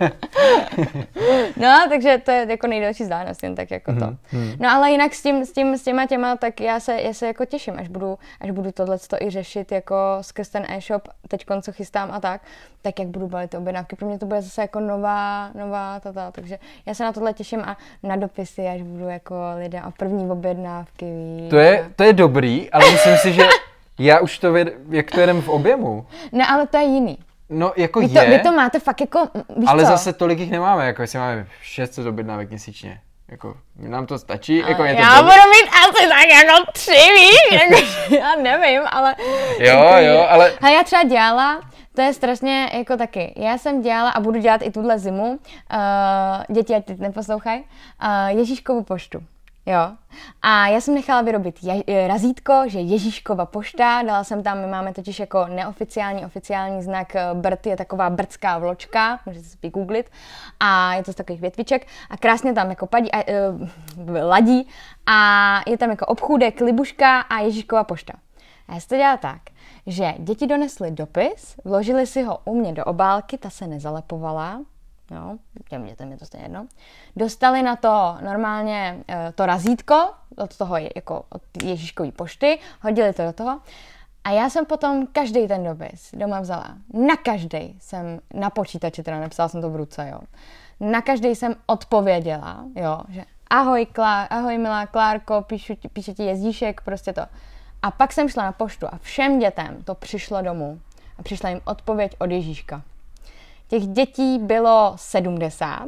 No, takže to je jako nejdelší vzdálenost, jen tak jako to. No ale jinak s těma, tak já se jako těším, až budu tohleto i řešit jako skrz ten e-shop, teďkon co chystám a tak jak budu balit ty objednávky, pro mě to bude zase jako nová takže já se na tohle těším a na dopisy, až budu jako lidem a první objednávky, víš. To je dobrý, ale myslím si, že já už to jak to jedem v objemu. Ne, ale to je jiný. No, jako vy to máte fakt jako, víš ale co? Zase tolik jich nemáme, jako jestli máme 600 objednávek měsíčně. Jako, nám to stačí, jako je to já budu mít asi tak jako 3, víš, jako, já nevím, ale... Jo, ale... A já třeba dělala, to je strašně jako taky, já jsem dělala a budu dělat i tuhle zimu, děti ať teď neposlouchají, Ježíškovu poštu. Jo. A já jsem nechala vyrobit razítko, že Ježíškova pošta, dala jsem tam, my máme totiž jako neoficiální, oficiální znak BRT, je taková brdská vločka, můžete si vygooglit, a je to z takových větviček a krásně tam jako ladí a je tam jako obchůdek, libuška a Ježíškova pošta. A já jsem to dělala tak, že děti donesly dopis, vložili si ho u mě do obálky, ta se nezalepovala, jo, těm dětem je to stejně jedno. Dostali na to normálně to razítko od toho jako od Ježíškový pošty, hodili to do toho a já jsem potom každý ten dopis doma vzala. Na každý jsem na počítači, teda nepsala jsem to v ruce, jo. Na každý jsem odpověděla, jo, že ahoj milá Klárko, píše ti Ježíšek, prostě to. A pak jsem šla na poštu a všem dětem to přišlo domů a přišla jim odpověď od Ježíška. Těch dětí bylo 70.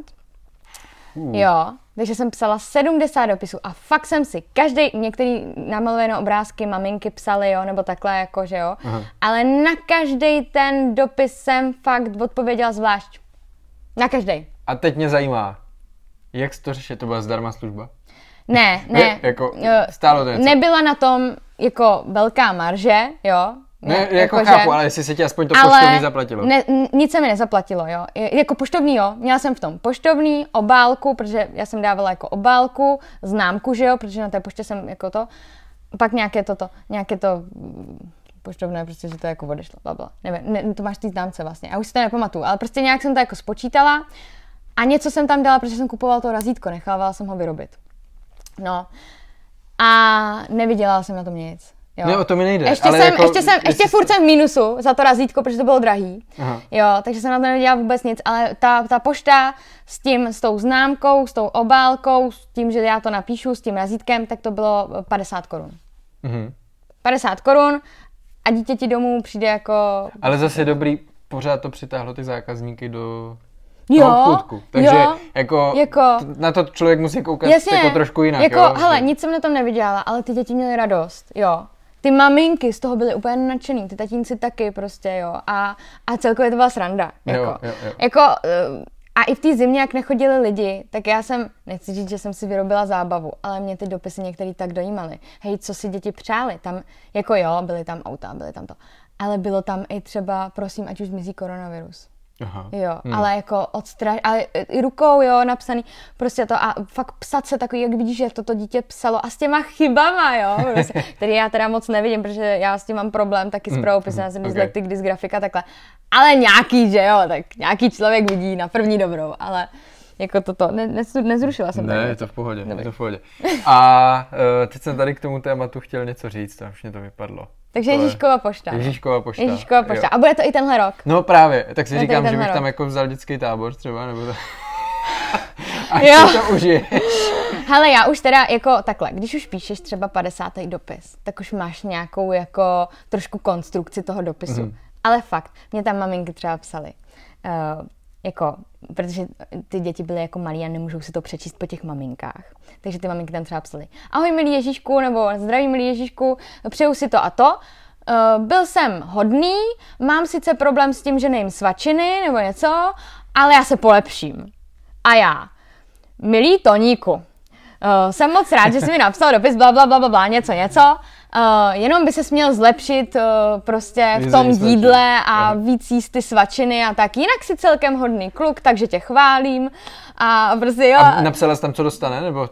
Jo, takže jsem psala 70 dopisů a fakt jsem si některý namalované obrázky maminky psaly, jo, nebo takhle, jako, že jo. Aha. Ale na každý ten dopis jsem fakt odpověděla zvlášť. Na každý. A teď mě zajímá, jak jsi to řešil, to byla zdarma služba? Ne. Jako, stálo to něco? Nebyla na tom jako velká marže, jo. Ne, jako chápu, ale jestli se ti aspoň to poštovní zaplatilo. Ne, nic se mi nezaplatilo, jo. Jako poštovní, jo. Měla jsem v tom poštovní, obálku, protože já jsem dávala jako obálku, známku, že jo, protože na té poště jsem jako to. Pak nějaké to poštovné, prostě, že to jako odešlo, blabla. Nevím, to máš ty známce vlastně. A už si to nepamatuju, ale prostě nějak jsem to jako spočítala a něco jsem tam dala, protože jsem kupovala to razítko, nechávala jsem ho vyrobit. No. A nevydělala jsem na tom nic. Jo. Ne, o to mi nejde. Ještě furt jsem v mínusu za to razítko, protože to bylo drahý. Aha. Jo, takže jsem na to nedělala vůbec nic, ale ta pošta s tou známkou, s tou obálkou, s tím, že já to napíšu, s tím razítkem, tak to bylo 50 korun. 50 korun a dítěti domů přijde jako... Ale zase dobrý, pořád to přitáhlo ty zákazníky do... obchůdku. Takže jako na to člověk musí koukat jako trošku jinak. Jako, jo? Hele, nic jsem na tom nevydělala, ale ty děti měly radost, jo. Ty maminky z toho byly úplně nadšený, ty tatínci taky prostě, jo. A celkově to byla sranda. Jako. Jo. Jako, A i v té zimě, jak nechodili lidi, tak já jsem, nechci říct, že jsem si vyrobila zábavu, ale mě ty dopisy některý tak dojímaly. Hej, co si děti přáli? Tam, jako jo, byly tam auta, byly tam to. Ale bylo tam i třeba, prosím, ať už zmizí koronavirus. Aha. Jo, ale jako ale i rukou, jo, napsaný, prostě to a fakt psat se takový, jak vidíš, že toto dítě psalo a s těma chybama, jo, prostě, který já teda moc nevidím, protože já s tím mám problém taky s pravopisem, já jsem dyslektik, dysgrafika, takhle, ale nějaký, že jo, tak nějaký člověk vidí na první dobrou, ale jako toto, nezrušila jsem. Ne, je to v pohodě, je to v pohodě. A teď jsem tady k tomu tématu chtěl něco říct a už mě to vypadlo. Takže Ježíškova pošta. Ježíškova pošta. Ježíškova pošta. A bude to i tenhle rok. No právě, tak si říkám, že bych tam jako vzal dětský tábor třeba, nebo to... Ať si to užiješ. Hele, já už teda jako takhle, když už píšeš třeba 50. dopis, tak už máš nějakou jako trošku konstrukci toho dopisu. Ale fakt, mě tam maminky třeba psaly, jako, protože ty děti byly jako malí a nemůžou si to přečíst po těch maminkách. Takže ty maminky tam třeba psaly, ahoj milý Ježíšku, nebo zdraví milý Ježíšku, přeju si to a to. Byl jsem hodný, mám sice problém s tím, že nejím svačiny nebo něco, ale já se polepším. A já, milý Toníku, jsem moc rád, že jsi mi napsal dopis, blablabla, něco. Jenom by se měl zlepšit prostě v tom jídle a víc jíst ty svačiny a tak. Jinak si celkem hodný kluk, takže tě chválím. A prostě jo. A napsala jsi tam, co dostane, nebo?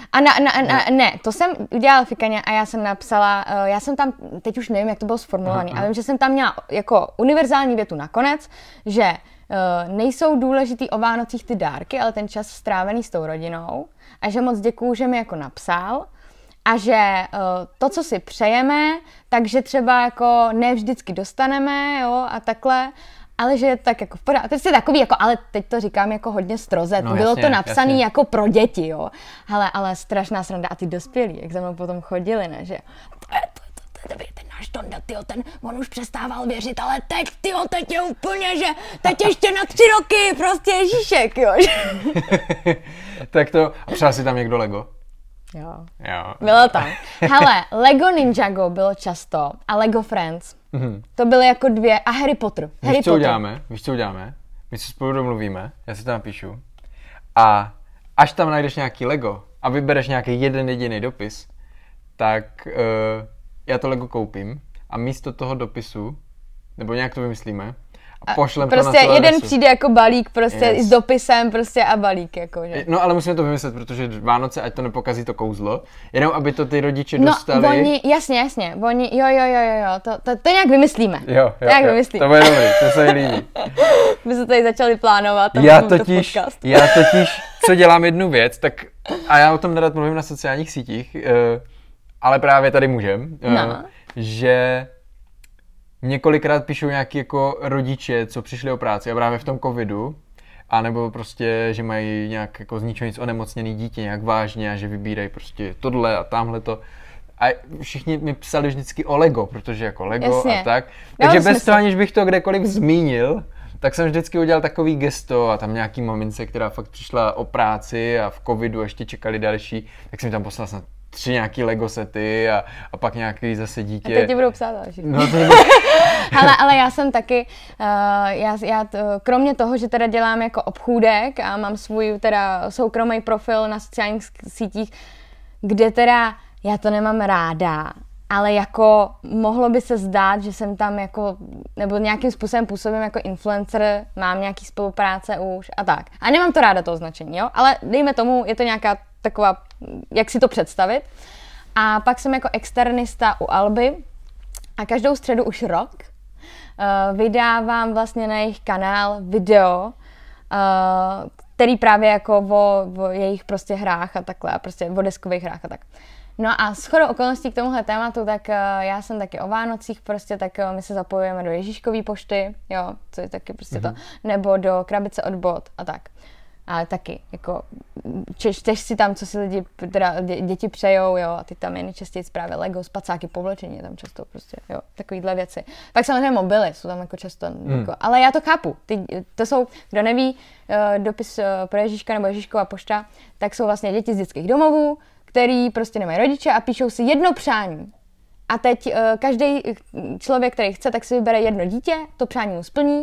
Ne, to jsem udělala fikaně a já jsem napsala, já jsem tam, teď už nevím, jak to bylo sformulované, ale vím, že jsem tam měla jako univerzální větu nakonec, že nejsou důležitý o Vánocích ty dárky, ale ten čas strávený s tou rodinou a že moc děkuju, že mi jako napsal a že to, co si přejeme, takže třeba jako ne vždycky dostaneme, jo, a takhle, ale že je tak jako v pořádku. To je takový, jako, ale teď to říkám jako hodně stroze, no, bylo to napsané jako pro děti, jo, ale strašná sranda a ty dospělí, jak za mnou potom chodili, ne, že ten náš Tonda, on už přestával věřit, ale teď je úplně, že teď ještě na 3 roky, prostě Ježíšek, jo. Tak to, a přál si tam někdo Lego? Jo. Jo. Bylo tam. Hele, Lego Ninjago bylo často a Lego Friends. To byly jako 2 a Harry Potter. Víš, co uděláme? My se spolu domluvíme, já si to napíšu. A až tam najdeš nějaký Lego a vybereš nějaký jeden jediný dopis, tak já to Lego koupím a místo toho dopisu, nebo nějak to vymyslíme, a pošlem prostě to na celou jeden adresu. Přijde jako balík prostě i s dopisem prostě a balík jako, že? No ale musíme to vymyslet, protože Vánoce, ať to nepokazí to kouzlo, jenom aby to ty rodiče dostali. No oni, jasně, oni, jo, to nějak vymyslíme. Jo, vymyslíme. To bude dobrý, to se mi líbí. My se tady začali plánovat. Já totiž, co dělám jednu věc, tak, a já o tom nerad mluvím na sociálních sítích, ale právě tady můžem, že několikrát píšou nějaký jako rodiče, co přišli o práci a právě v tom covidu, anebo prostě, že mají nějak jako z ničeho nic onemocněný dítě nějak vážně a že vybírají prostě tohle a tamhle to. A všichni mi psali vždycky o Lego, protože jako Lego Jasně. A tak. Takže bez toho, aniž bych to kdekoliv zmínil, tak jsem vždycky udělal takový gesto a tam nějaký mamince, která fakt přišla o práci a v covidu ještě čekali další, tak jsem mi tam poslal snad 3 nějaký Lego sety a pak nějaký zase dítě. A teď ti budou psát další. No, ale já jsem taky, kromě toho, že teda dělám jako obchůdek a mám svůj teda soukromý profil na sociálních sítích, kde teda já to nemám ráda, ale jako mohlo by se zdát, že jsem tam jako, nebo nějakým způsobem působím jako influencer, mám nějaký spolupráce už a tak. A nemám to ráda to označení, jo, ale dejme tomu, je to nějaká taková, jak si to představit. A pak jsem jako externista u Alby a každou středu už rok vydávám vlastně na jejich kanál video, který právě jako o jejich prostě hrách a takhle, a prostě o deskových hrách a tak. No a shodou okolností k tomuhle tématu, tak já jsem taky o Vánocích prostě, tak my se zapojujeme do Ježíškový pošty, jo, co je taky prostě to, nebo do krabice od bot a tak. Ale taky, jako, čteš si tam, co si lidi, teda děti přejou, jo, a ty tam je nejčastěji právě Lego, spacáky, povlečení, tam často prostě, jo, takovýhle věci. Pak samozřejmě mobily jsou tam jako často, jako, ale já to chápu, to jsou, kdo neví, dopis pro Ježíška nebo Ježíškova pošta, tak jsou vlastně děti z dětských domovů, který prostě nemají rodiče a píšou si jedno přání. A teď každý člověk, který chce, tak si vybere jedno dítě, to přání mu splní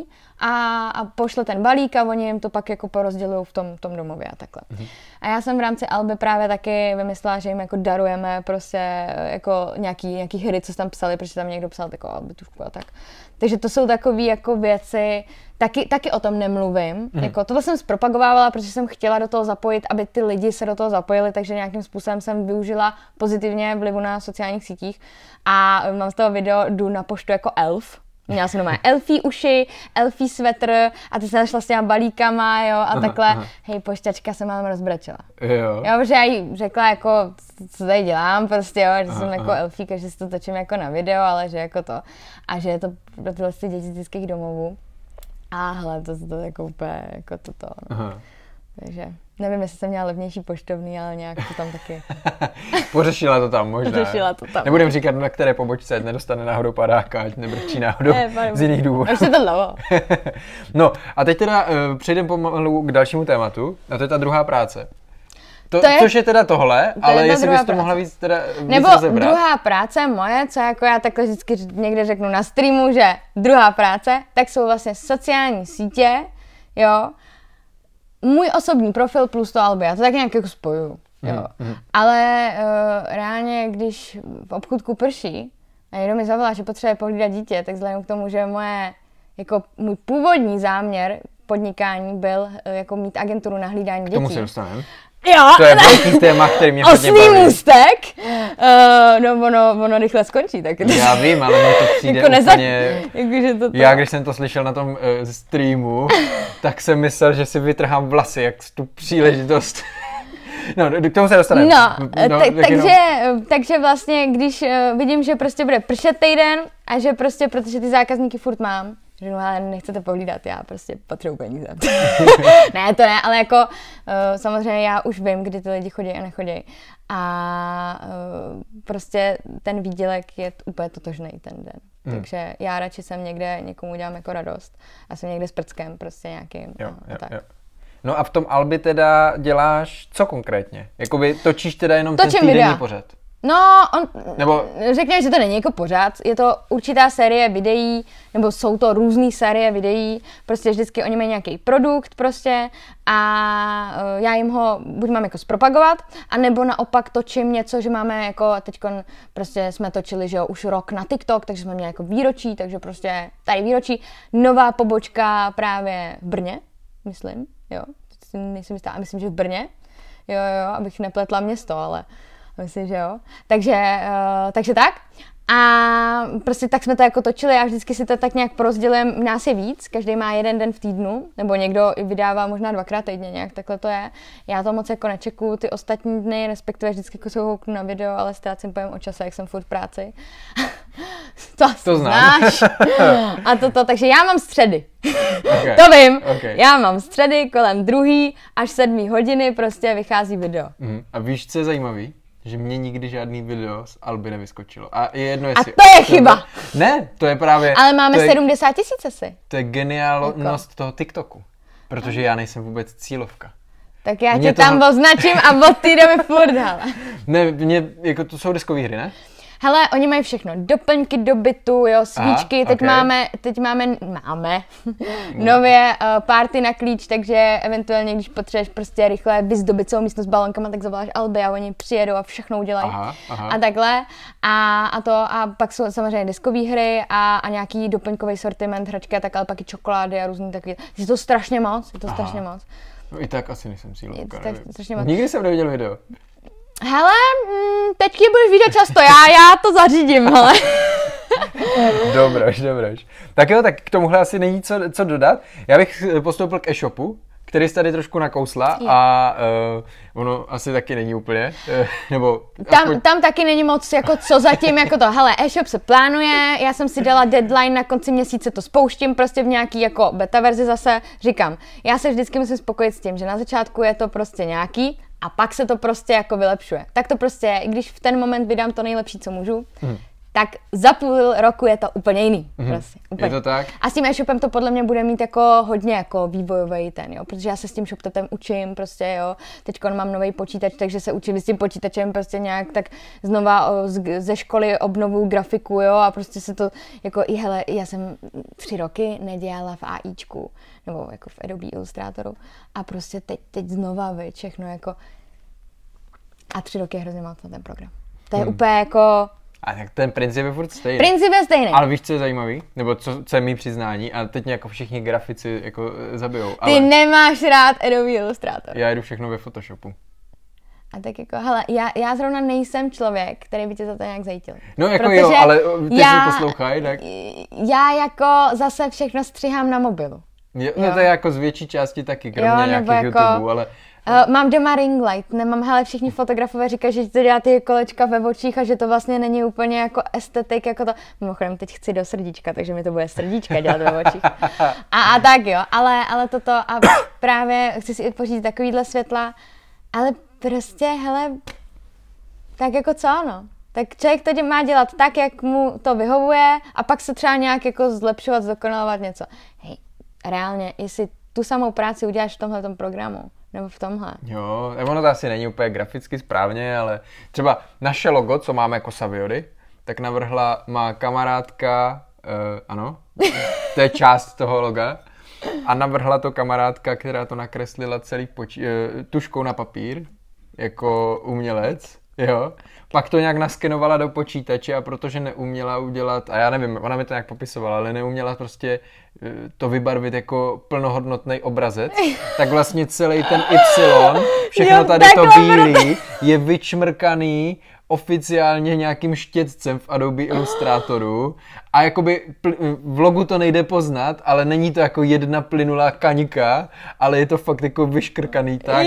a pošle ten balík a oni jim to pak jako porozdělují v tom domově a takhle. A já jsem v rámci Alby právě taky vymyslela, že jim jako darujeme prostě jako nějaký hry, co tam psali, protože tam někdo psal takovou Albytušku a tak. Takže to jsou takové jako věci, taky o tom nemluvím. Jako, tohle jsem zpropagovávala, protože jsem chtěla do toho zapojit, aby ty lidi se do toho zapojili, takže nějakým způsobem jsem využila pozitivně vlivu na sociálních sítích a mám z toho video, jdu na poštu jako elf. Měla jsem doma elfí uši, elfí svetr a ty se našla s těma balíkama, jo, a takhle, hej, pošťačka se mám rozbrečela. Jo, protože já jí řekla jako, co tady dělám prostě, jo, že jsem jako elfík a že si to točím jako na video, ale že jako to, a že je to pro tyhle děti z dětských domovů. A hele, to jako úplně, jako toto. Takže nevím, jestli jsem měla levnější poštovný, ale nějak to tam taky. Pořešila to tam možná. Pořešila to tam. Nebudem říkat, na které pobočce, ať nedostane náhodou padáka, ať nebrčí náhodou z jiných důvodů. Až se to dlouho. No a teď teda přejdeme pomalu k dalšímu tématu, a to je ta druhá práce. Což je teda tohle, ale jestli bys to mohla víc teda nebo rozebrat. Druhá práce moje, co jako já takhle vždycky někde řeknu na streamu, že druhá práce, tak jsou vlastně sociální sítě, jo, můj osobní profil plus to Alby, já to tak nějak jako spojuju, jo. Ale reálně, když v obchůdku prší a někdo mi zavolá, že potřebuje pohlídat dítě, tak vzhledem k tomu, že můj původní záměr podnikání byl jako mít agenturu na hlídání dětí. K tomu se dostaneme. Jo, to je velký téma, který mě hodně baví. Oslý můstek, ono rychle skončí. Tak já vím, ale mně to přijde jako úplně... Jako, že já, když jsem to slyšel na tom streamu, tak jsem myslel, že si vytrhám vlasy, jak tu příležitost... No, k tomu se dostaneme. Takže vlastně, když vidím, že prostě bude pršet týden a že prostě, protože ty zákazníky furt mám, že no, ale nechcete pohlídat, já prostě potřebuji peníze. Ne, to ne, ale jako samozřejmě já už vím, kdy ty lidi chodí a nechodí. A prostě ten výdělek je úplně totožný ten den. Takže já radši jsem někde, někomu dělám jako radost a jsem někde s prckem prostě nějakým. Jo. No a v tom Alby teda děláš co konkrétně? Jakoby točíš teda jenom ten týdenní pořad? No, řekněme, že to není jako pořád, je to určitá série videí, nebo jsou to různé série videí, prostě vždycky oni mají nějaký produkt prostě a já jim ho buď mám jako zpropagovat, anebo naopak točím něco, že máme jako teďkon prostě jsme točili, že jo, už rok na TikTok, takže jsme měli jako výročí, takže prostě tady výročí, nová pobočka právě v Brně, myslím, jo, nejsem jistá, a myslím, že v Brně, jo, abych nepletla město, ale myslím, že jo. Takže tak. A prostě tak jsme to jako točili a vždycky si to tak nějak porozdělujeme, nás je víc, každý má jeden den v týdnu, nebo někdo vydává možná 2krát týdně, nějak takhle to je. Já to moc jako nečekuju ty ostatní dny, respektive vždycky jako se houknu na video, ale ztrácím pojem o čase, jak jsem furt v práci. To znáš. A takže já mám středy. Okay. To vím. Okay. Já mám středy kolem 2 až 7 hodiny prostě vychází video. A víš, co je zajímavý? Že mě nikdy žádný video z Alby nevyskočilo. A je jedno, jestli... A to je chyba! Ne, to je právě... Ale máme 70 000 asi. To je geniálnost toho TikToku. Protože já nejsem vůbec cílovka. Tak já tě tam označím a od té doby furt, hele. Ne, jako to jsou deskové hry, ne? Hele, oni mají všechno, doplňky do bytu, jo, svíčky, teď máme nově party na klíč, takže eventuálně, když potřebuješ prostě rychle vyzdobit celou místnost balónkama, tak zavoláš Alby a oni přijedou a všechno udělají. A takhle. A pak jsou samozřejmě deskové hry a nějaký doplňkový sortiment, hračky a tak, ale pak i čokolády a různý takový. Je to strašně moc, strašně moc. No i tak asi nejsem cílovka, nikdy jsem neviděl video. Hele, teď je budeš vidět často, já to zařídím, hele. Dobroš. Tak jo, tak k tomuhle asi není co dodat. Já bych postoupil k e-shopu, který jsi tady trošku nakousla a ono asi taky není úplně, nebo... Tam taky není moc jako co zatím, jako to, hele, e-shop se plánuje, já jsem si dala deadline, na konci měsíce to spouštím prostě v nějaký jako beta verzi zase, říkám, já se vždycky musím spokojit s tím, že na začátku je to prostě nějaký, a pak se to prostě jako vylepšuje. Tak to prostě, i když v ten moment vydám to nejlepší, co můžu, tak za půl roku je to úplně jiný. Prostě, úplně. Je to tak? A s tím e-shopem to podle mě bude mít jako hodně jako vývojový ten, jo, protože já se s tím ShopTetem učím prostě, jo. Teďko mám nový počítač, takže se učím s tím počítačem prostě nějak tak znova ze školy obnovu grafiku, jo, a prostě se to jako i hele, já jsem 3 roky nedělala v AIčku, nebo jako v Adobe Illustratoru a prostě teď znova všechno jako a 3 roky je hrozně moc na ten program. To je úplně jako... A tak ten princip je furt stejný. Princip je stejný. Ale víš, co je zajímavý? Nebo co je mý přiznání? A teď mě jako všichni grafici jako zabijou. Ty ale nemáš rád Adobe Illustrator. já jedu všechno ve Photoshopu. A tak jako, hele, já zrovna nejsem člověk, který by tě za to nějak zajistil. No jako protože jo, ale ty si poslouchaj, tak... Já jako zase všechno střihám na mobilu. No to je jako z větší části taky, kromě nějakých jako, YouTubeů, ale... Mám doma ring light, nemám, hele, všichni fotografové říkají, že ti to dělá ty kolečka ve očích a že to vlastně není úplně jako estetik, jako to. Mimochodem, teď chci do srdíčka, takže mi to bude srdíčka dělat ve očích. A tak jo, ale toto a právě chci si pořídit takovýhle světla, ale prostě, hele, tak jako co, no. Tak člověk to má dělat tak, jak mu to vyhovuje a pak se třeba nějak jako zlepšovat, zdokonalovat něco. Hej, reálně, jestli tu samou práci uděláš v tomhletom programu, nebo v tomhle. Jo, ono to asi není úplně graficky správně, ale třeba naše logo, co máme jako Saviody, tak navrhla má kamarádka, ano, to je část toho loga, a navrhla to kamarádka, která to nakreslila celý tuškou na papír, jako umělec, jo. Pak to nějak naskenovala do počítače a protože neuměla udělat, a já nevím, ona mi to nějak popisovala, ale neuměla prostě to vybarvit jako plnohodnotný obrazec, tak vlastně celý ten Y, všechno jo, tady to bílý, je vyčmrkaný oficiálně nějakým štětcem v Adobe Illustratoru a jakoby v logu to nejde poznat, ale není to jako jedna plynulá kaňka, ale je to fakt jako vyškrkaný tak.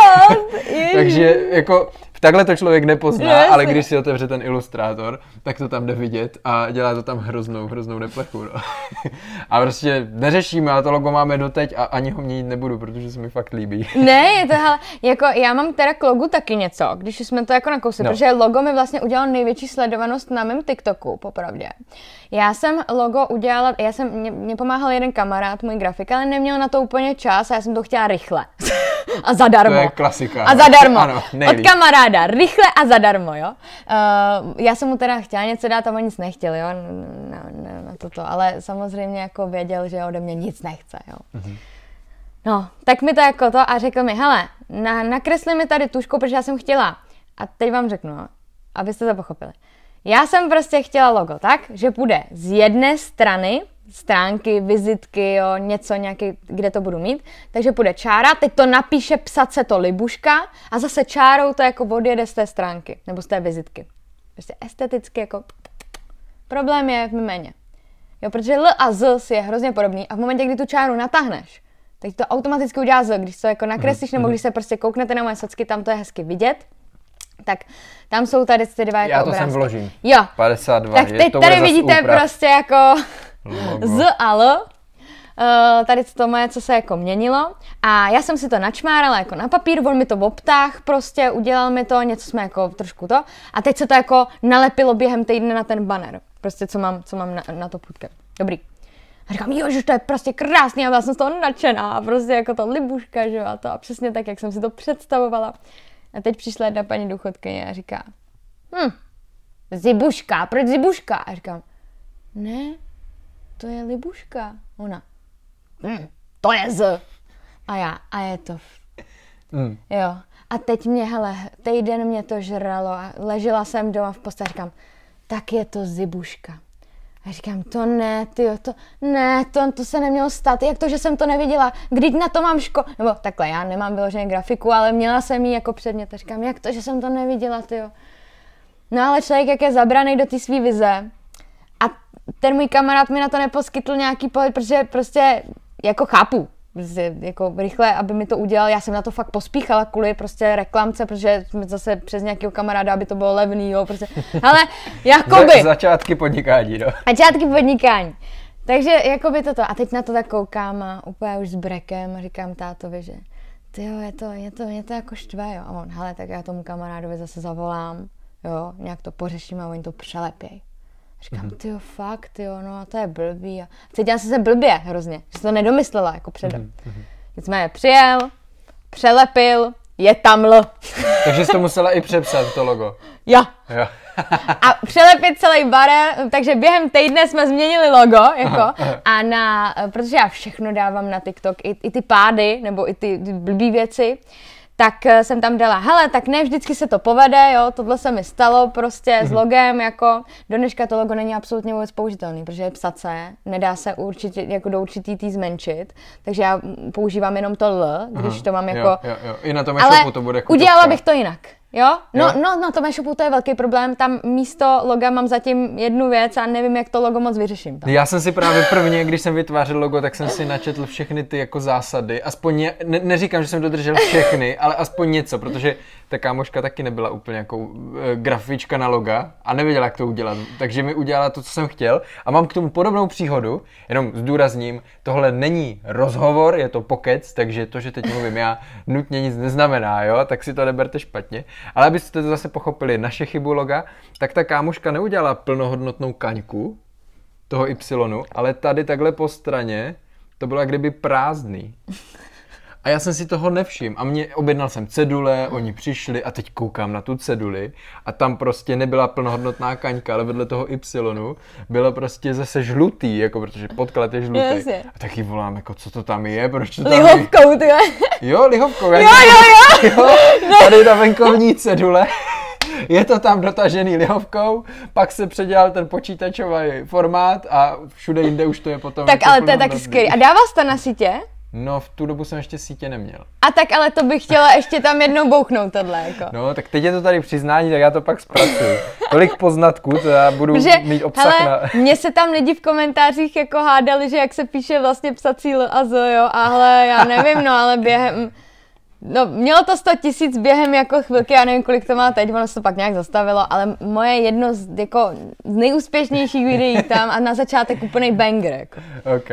Takže jako takhle to člověk nepozná, ale když si otevře ten ilustrátor, tak to tam jde vidět a dělá to tam hroznou neplechu. No. A prostě neřešíme, ale to logo máme doteď a ani ho měnit nebudu, protože se mi fakt líbí. Ne, je to hele, jako já mám teda k logu taky něco, když jsme to jako nakousli, protože logo mi vlastně udělalo největší sledovanost na mém TikToku, popravdě. Já jsem logo udělala, mě pomáhal jeden kamarád, můj grafik, ale neměl na to úplně čas a já jsem to chtěla rychle. A zadarmo. To je klasika. A zadarmo. Ano, od kamaráda. Rychle a zadarmo, jo. Já jsem mu teda chtěla něco dát a on nic nechtěl, jo. Na toto. Ale samozřejmě jako věděl, že ode mě nic nechce, jo. Mm-hmm. No, tak mi to jako to a řekl mi, hele, nakresli mi tady tuškou, protože já jsem chtěla. A teď vám řeknu, no, abyste to pochopili. Já jsem prostě chtěla logo tak, že půjde z jedné strany stránky, vizitky, jo, něco nějaký, kde to budu mít. Takže půjde čára, teď to napíše, psat se to Libuška a zase čárou to jako odjede z té stránky, nebo z té vizitky. Prostě esteticky jako problém je v jméně. Jo, protože L a Z je hrozně podobný a v momentě, kdy tu čáru natáhneš, tak to automaticky udělá Z, když to jako nakreslíš, nebo když se prostě kouknete na moje socky, tam to je hezky vidět. Tak tam jsou tady ty dva jako já to obrázky. sem vložím. Jo. 52. Tak teď tady vidíte úprav. Prostě jako Z a L. Tady to moje, co se jako měnilo. A já jsem si to načmárala jako na papír, on mi to obtáh prostě, udělal mi to, něco jsme jako trošku to. A teď se to jako nalepilo během týdne na ten banner. Prostě co mám na to půdke. Dobrý. A říkám, jo, že to je prostě krásný a já jsem z toho nadšená. A prostě jako to Libuška, že a to. A přesně tak, jak jsem si to představovala. A teď přišla jedna paní důchodkyně a říká, Zibuška, proč Zibuška? A říkám, ne, to je Libuška. Ona, to je Z. A je to. Jo. A teď mě, hele, týden mě to žralo a ležela jsem doma v posteli a říkám, tak je to Zibuška. A říkám, to ne, tyjo, to se nemělo stát, jak to, že jsem to neviděla, když na to mám nebo takhle, já nemám vyloženě grafiku, ale měla jsem ji jako předmět a říkám, jak to, že jsem to neviděla, tyjo. No ale člověk, jak je zabraný do té svý vize a ten můj kamarád mi na to neposkytl nějaký pohled, protože prostě jako chápu, prostě jako rychle, aby mi to udělal, já jsem na to fakt pospíchala kvůli prostě reklamce, protože zase přes nějakého kamaráda, aby to bylo levný, jo, prostě, ale jakoby. Začátky podnikání, no. Začátky podnikání. Takže jakoby toto. A teď na to tak koukám a úplně už s brekem a říkám tátovi, že tyjo, je to jako štve, jo. A on, hele, tak já tomu kamarádovi zase zavolám, jo, nějak to pořeším a oni to přelepěj. Říkám, tyjo, fakt, jo, no to je blbý. A cítila jsem se blbě hrozně, že to nedomyslela jako předem. Nicméně přijel, přelepil, je tam L. Takže jsi to musela i přepsat, to logo. Jo. Jo. A přelepit celý barev, takže během týdne jsme změnili logo, jako, protože já všechno dávám na TikTok, i ty pády, nebo i ty blbý věci, tak jsem tam dala, hele, tak ne vždycky se to povede, jo, tohle se mi stalo prostě s logem, jako, do dneška to logo není absolutně vůbec použitelný, protože je psace, nedá se určitě, jako do určitý tý zmenšit, takže já používám jenom to L, když to mám jako... Jo. I na tom e-shopu to bude kutovka. Udělala bych to jinak. Jo? No, na tom e-shopu to je velký problém, tam místo loga mám zatím jednu věc a nevím, jak to logo moc vyřeším. Tam. Já jsem si právě prvně, když jsem vytvářel logo, tak jsem si načetl všechny ty jako zásady, aspoň neříkám, že jsem dodržel všechny, ale aspoň něco, protože ta kámoška taky nebyla úplně jako grafička na loga a nevěděla, jak to udělat, takže mi udělala to, co jsem chtěl a mám k tomu podobnou příhodu, jenom zdůrazním, tohle není rozhovor, je to pokec, takže to, že teď mluvím já, nutně nic neznamená, jo, tak si to neberte špatně. Ale abyste to zase pochopili, naše chybu loga, tak ta kámoška neudělala plnohodnotnou kaňku toho Y, ale tady takhle po straně to bylo jak kdyby prázdný. A já jsem si toho nevšiml a objednal jsem cedule, oni přišli a teď koukám na tu ceduli a tam prostě nebyla plnohodnotná kaňka, ale vedle toho Y bylo prostě zase žlutý, jako protože podklad je žlutý. Yes. A taky volám, jako co to tam je, proč to tam lihovkou, ty. Jo, lihovkou. Jo. Tady ta venkovní cedule. Je to tam dotažený lihovkou, pak se předělal ten počítačový formát a všude jinde už to je potom. Tak ale to je taky skvělý. A dával jsi to na sítě? No, v tu dobu jsem ještě sítě neměl. A tak ale to bych chtěla ještě tam jednou bouchnout tohle, jako. No, tak teď je to tady přiznání, tak já to pak zpracuju. Tolik poznatků, to já budu mít obsah hele, na... Mně se tam lidi v komentářích jako hádali, že jak se píše vlastně psací L a Z, jo, a hele, já nevím, no, ale během... No, mělo to 100 000 během jako chvilky, já nevím, kolik to má teď, ono se to pak nějak zastavilo, ale moje jedno z nejúspěšnějších videí tam a na začátek úplnej banger, jako. Ok.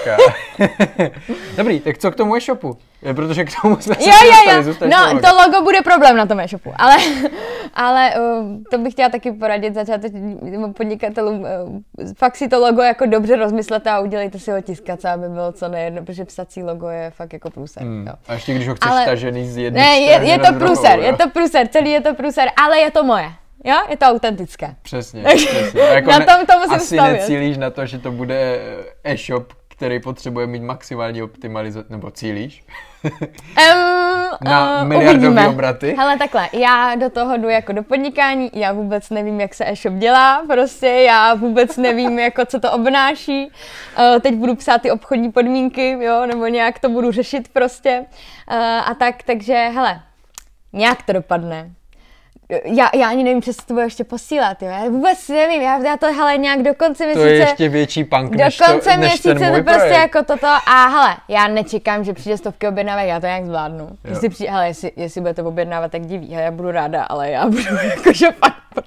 Dobrý, tak co k tomu e-shopu? Protože k tomu jsme se dostali. No, to logo bude problém na tom e-shopu, ale to bych chtěla taky poradit začátečním podnikatelům. Fakt si to logo jako dobře rozmyslete a udělejte si ho tiskace, aby bylo co nejedno, protože psací logo je fakt jako průser. Jo. A ještě když ho chceš tažený z jedné strany je to průser, celý je to průser, ale je to moje. Jo, je to autentické. Přesně. Jako na tom to musím asi stavět. necílíš na to, že to bude e-shop, který potřebuje mít maximální optimalizaci, nebo cílíš? Na miliardové obraty. Hele, takhle, já do toho jdu jako do podnikání, já vůbec nevím, jak se e-shop dělá, prostě já vůbec nevím, jako co to obnáší. Teď budu psát ty obchodní podmínky, jo, nebo nějak to budu řešit prostě. A takže, hele, nějak to dopadne. Já ani nevím, přes to bude ještě posílat, jo. Já vůbec nevím, já to hele nějak do konce měsíce... To je ještě větší punk, než do konce měsíce ten můj to prostě projekt. jako toto a hele, já nečekám, že přijde 100 objednávek, já to nějak zvládnu. Jestli budete objednávat, tak diví, já budu ráda, ale já budu jakože fakt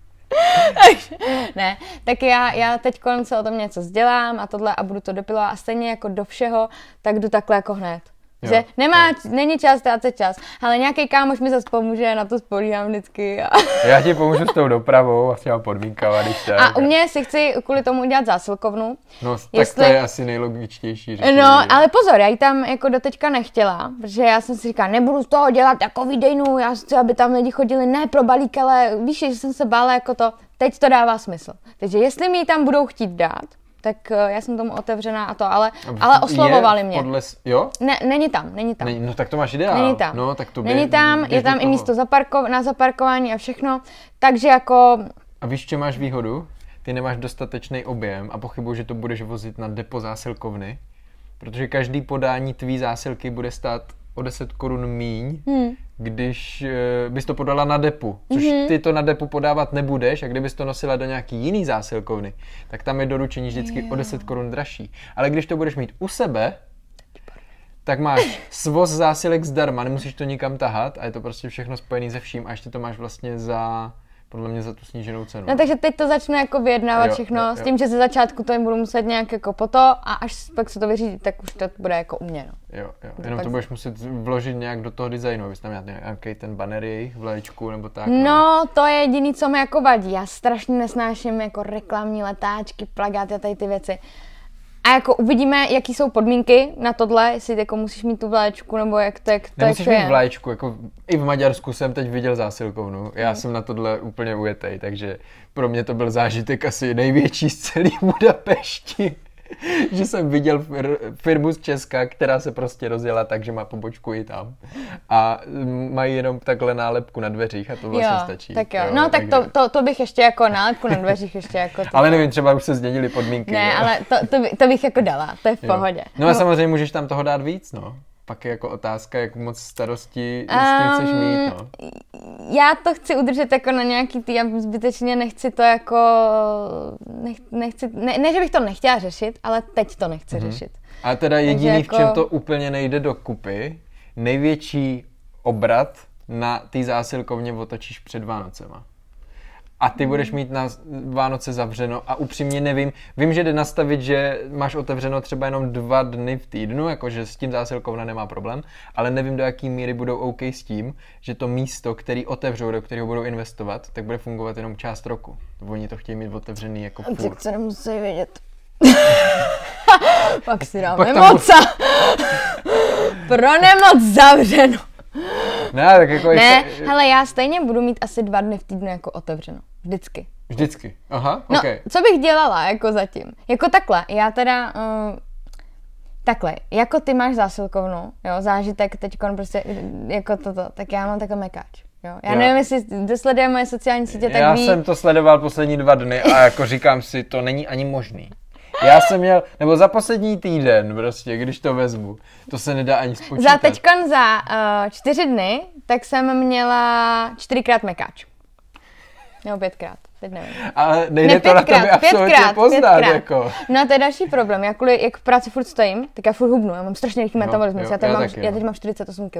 ne, tak já teď se o tom něco vzdělám a tohle a budu to dopilovat a stejně jako do všeho, tak jdu takhle jako hned. Že není čas ztrácet čas, ale nějaký kámoš mi zase pomůže, na to spolíhám vždycky. Já ti pomůžu s tou dopravou a s těma podmínkama, když tak. A u mě si chci kvůli tomu udělat zásilkovnu. No, tak to je asi nejlogičtější řešení. No, ale pozor, já ji tam jako doteďka nechtěla, protože já jsem si říkala, nebudu z toho dělat jako výdejnu, já chci, aby tam lidi chodili ne pro balík, ale víš, že jsem se bála jako to, teď to dává smysl. Takže jestli mi ji tam budou chtít dát, tak já jsem tomu otevřená a to, ale oslovovali mě. Jo? Ne, není tam. No tak to máš ideál. Není tam. No, tak to není tam, je tam i místo na zaparkování a všechno, takže jako... A víš, čem máš výhodu? Ty nemáš dostatečný objem a pochybuji, že to budeš vozit na depo zásilkovny, protože každý podání tvý zásilky bude stát o 10 korun míň, když bys to podala na depu, což ty to na depu podávat nebudeš a kdybys to nosila do nějaký jiný zásilkovny, tak tam je doručení vždycky o 10 korun dražší. Ale když to budeš mít u sebe, tak máš svoz zásilek zdarma, nemusíš to nikam tahat a je to prostě všechno spojený se vším a ještě to máš vlastně za podle mě za tu sníženou cenu. No takže teď to začne jako vyjednávat všechno, s tím, že ze začátku to jim budu muset nějak jako po to a až pak se to vyřídí, tak už to bude jako u mě, no. Jo. Jenom to budeš muset vložit nějak do toho designu, abys tam měl nějaký ten banner jejich vlaječku nebo tak. No, to je jediný, co mi jako vadí. Já strašně nesnáším jako reklamní letáčky, plakáty a tady ty věci. A jako uvidíme, jaký jsou podmínky na tohle, jestli jako musíš mít tu vlaječku, nebo jak to nemusíš mít vlaječku, jako i v Maďarsku jsem teď viděl zásilkovnu. Já jsem na tohle úplně ujetej, takže pro mě to byl zážitek asi největší z celé Budapešti. Že jsem viděl firmu z Česka, která se prostě rozjela tak, že má pobočku i tam. A mají jenom takhle nálepku na dveřích a to vlastně stačí. Tak jo. No tak to bych ještě jako nálepku na dveřích ještě jako... Ale nevím, třeba už se změnily podmínky. Ne, ale to bych jako dala, to je v pohodě. No a samozřejmě můžeš tam toho dát víc, no. Pak je jako otázka, jak moc starosti s tím chceš mít, no. Já to chci udržet jako na nějaký já zbytečně nechci to jako, ne, že bych to nechtěla řešit, ale teď to nechci řešit. A teda jediný, jako... v čem to úplně nejde dokupy, největší obrat na té zásilkovně otočíš před Vánocema. A ty budeš mít na Vánoce zavřeno a upřímně nevím, vím, že jde nastavit, že máš otevřeno třeba jenom 2 dny v týdnu, jakože s tím zásilkovna nemá problém, ale nevím, do jaký míry budou OK s tím, že to místo, který otevřou, do kterého budou investovat, tak bude fungovat jenom část roku. Oni to chtějí mít otevřený jako furt. Tak to nemusí vědět. Pak si dáme moc. Pro nemoc zavřeno. Ne, tak jako hele, já stejně budu mít asi 2 dny v týdnu jako otevřeno. Vždycky. Vždycky? Aha, no, okay. Co bych dělala jako zatím? Jako takhle, já teda... takhle, jako ty máš zásilkovnu, jo, zážitek teďkon prostě, jako toto, tak já mám takhle mekáč. Jo. Já nevím, jestli sleduje moje sociální sítě, tak já jsem to sledoval poslední 2 dny a jako říkám si, to není ani možný. Já jsem měl, nebo za poslední týden prostě, když to vezmu, to se nedá ani spočítat. Za 4 dny, tak jsem měla 4krát mekáč. Nebo 5krát, teď nevím. Ale nejde to na tebe absolutně poznat, jako. No a to je další problém, jak v práci furt stojím, tak já furt hubnu, já mám strašně rychlý metabolismus, já teď mám 48 kg.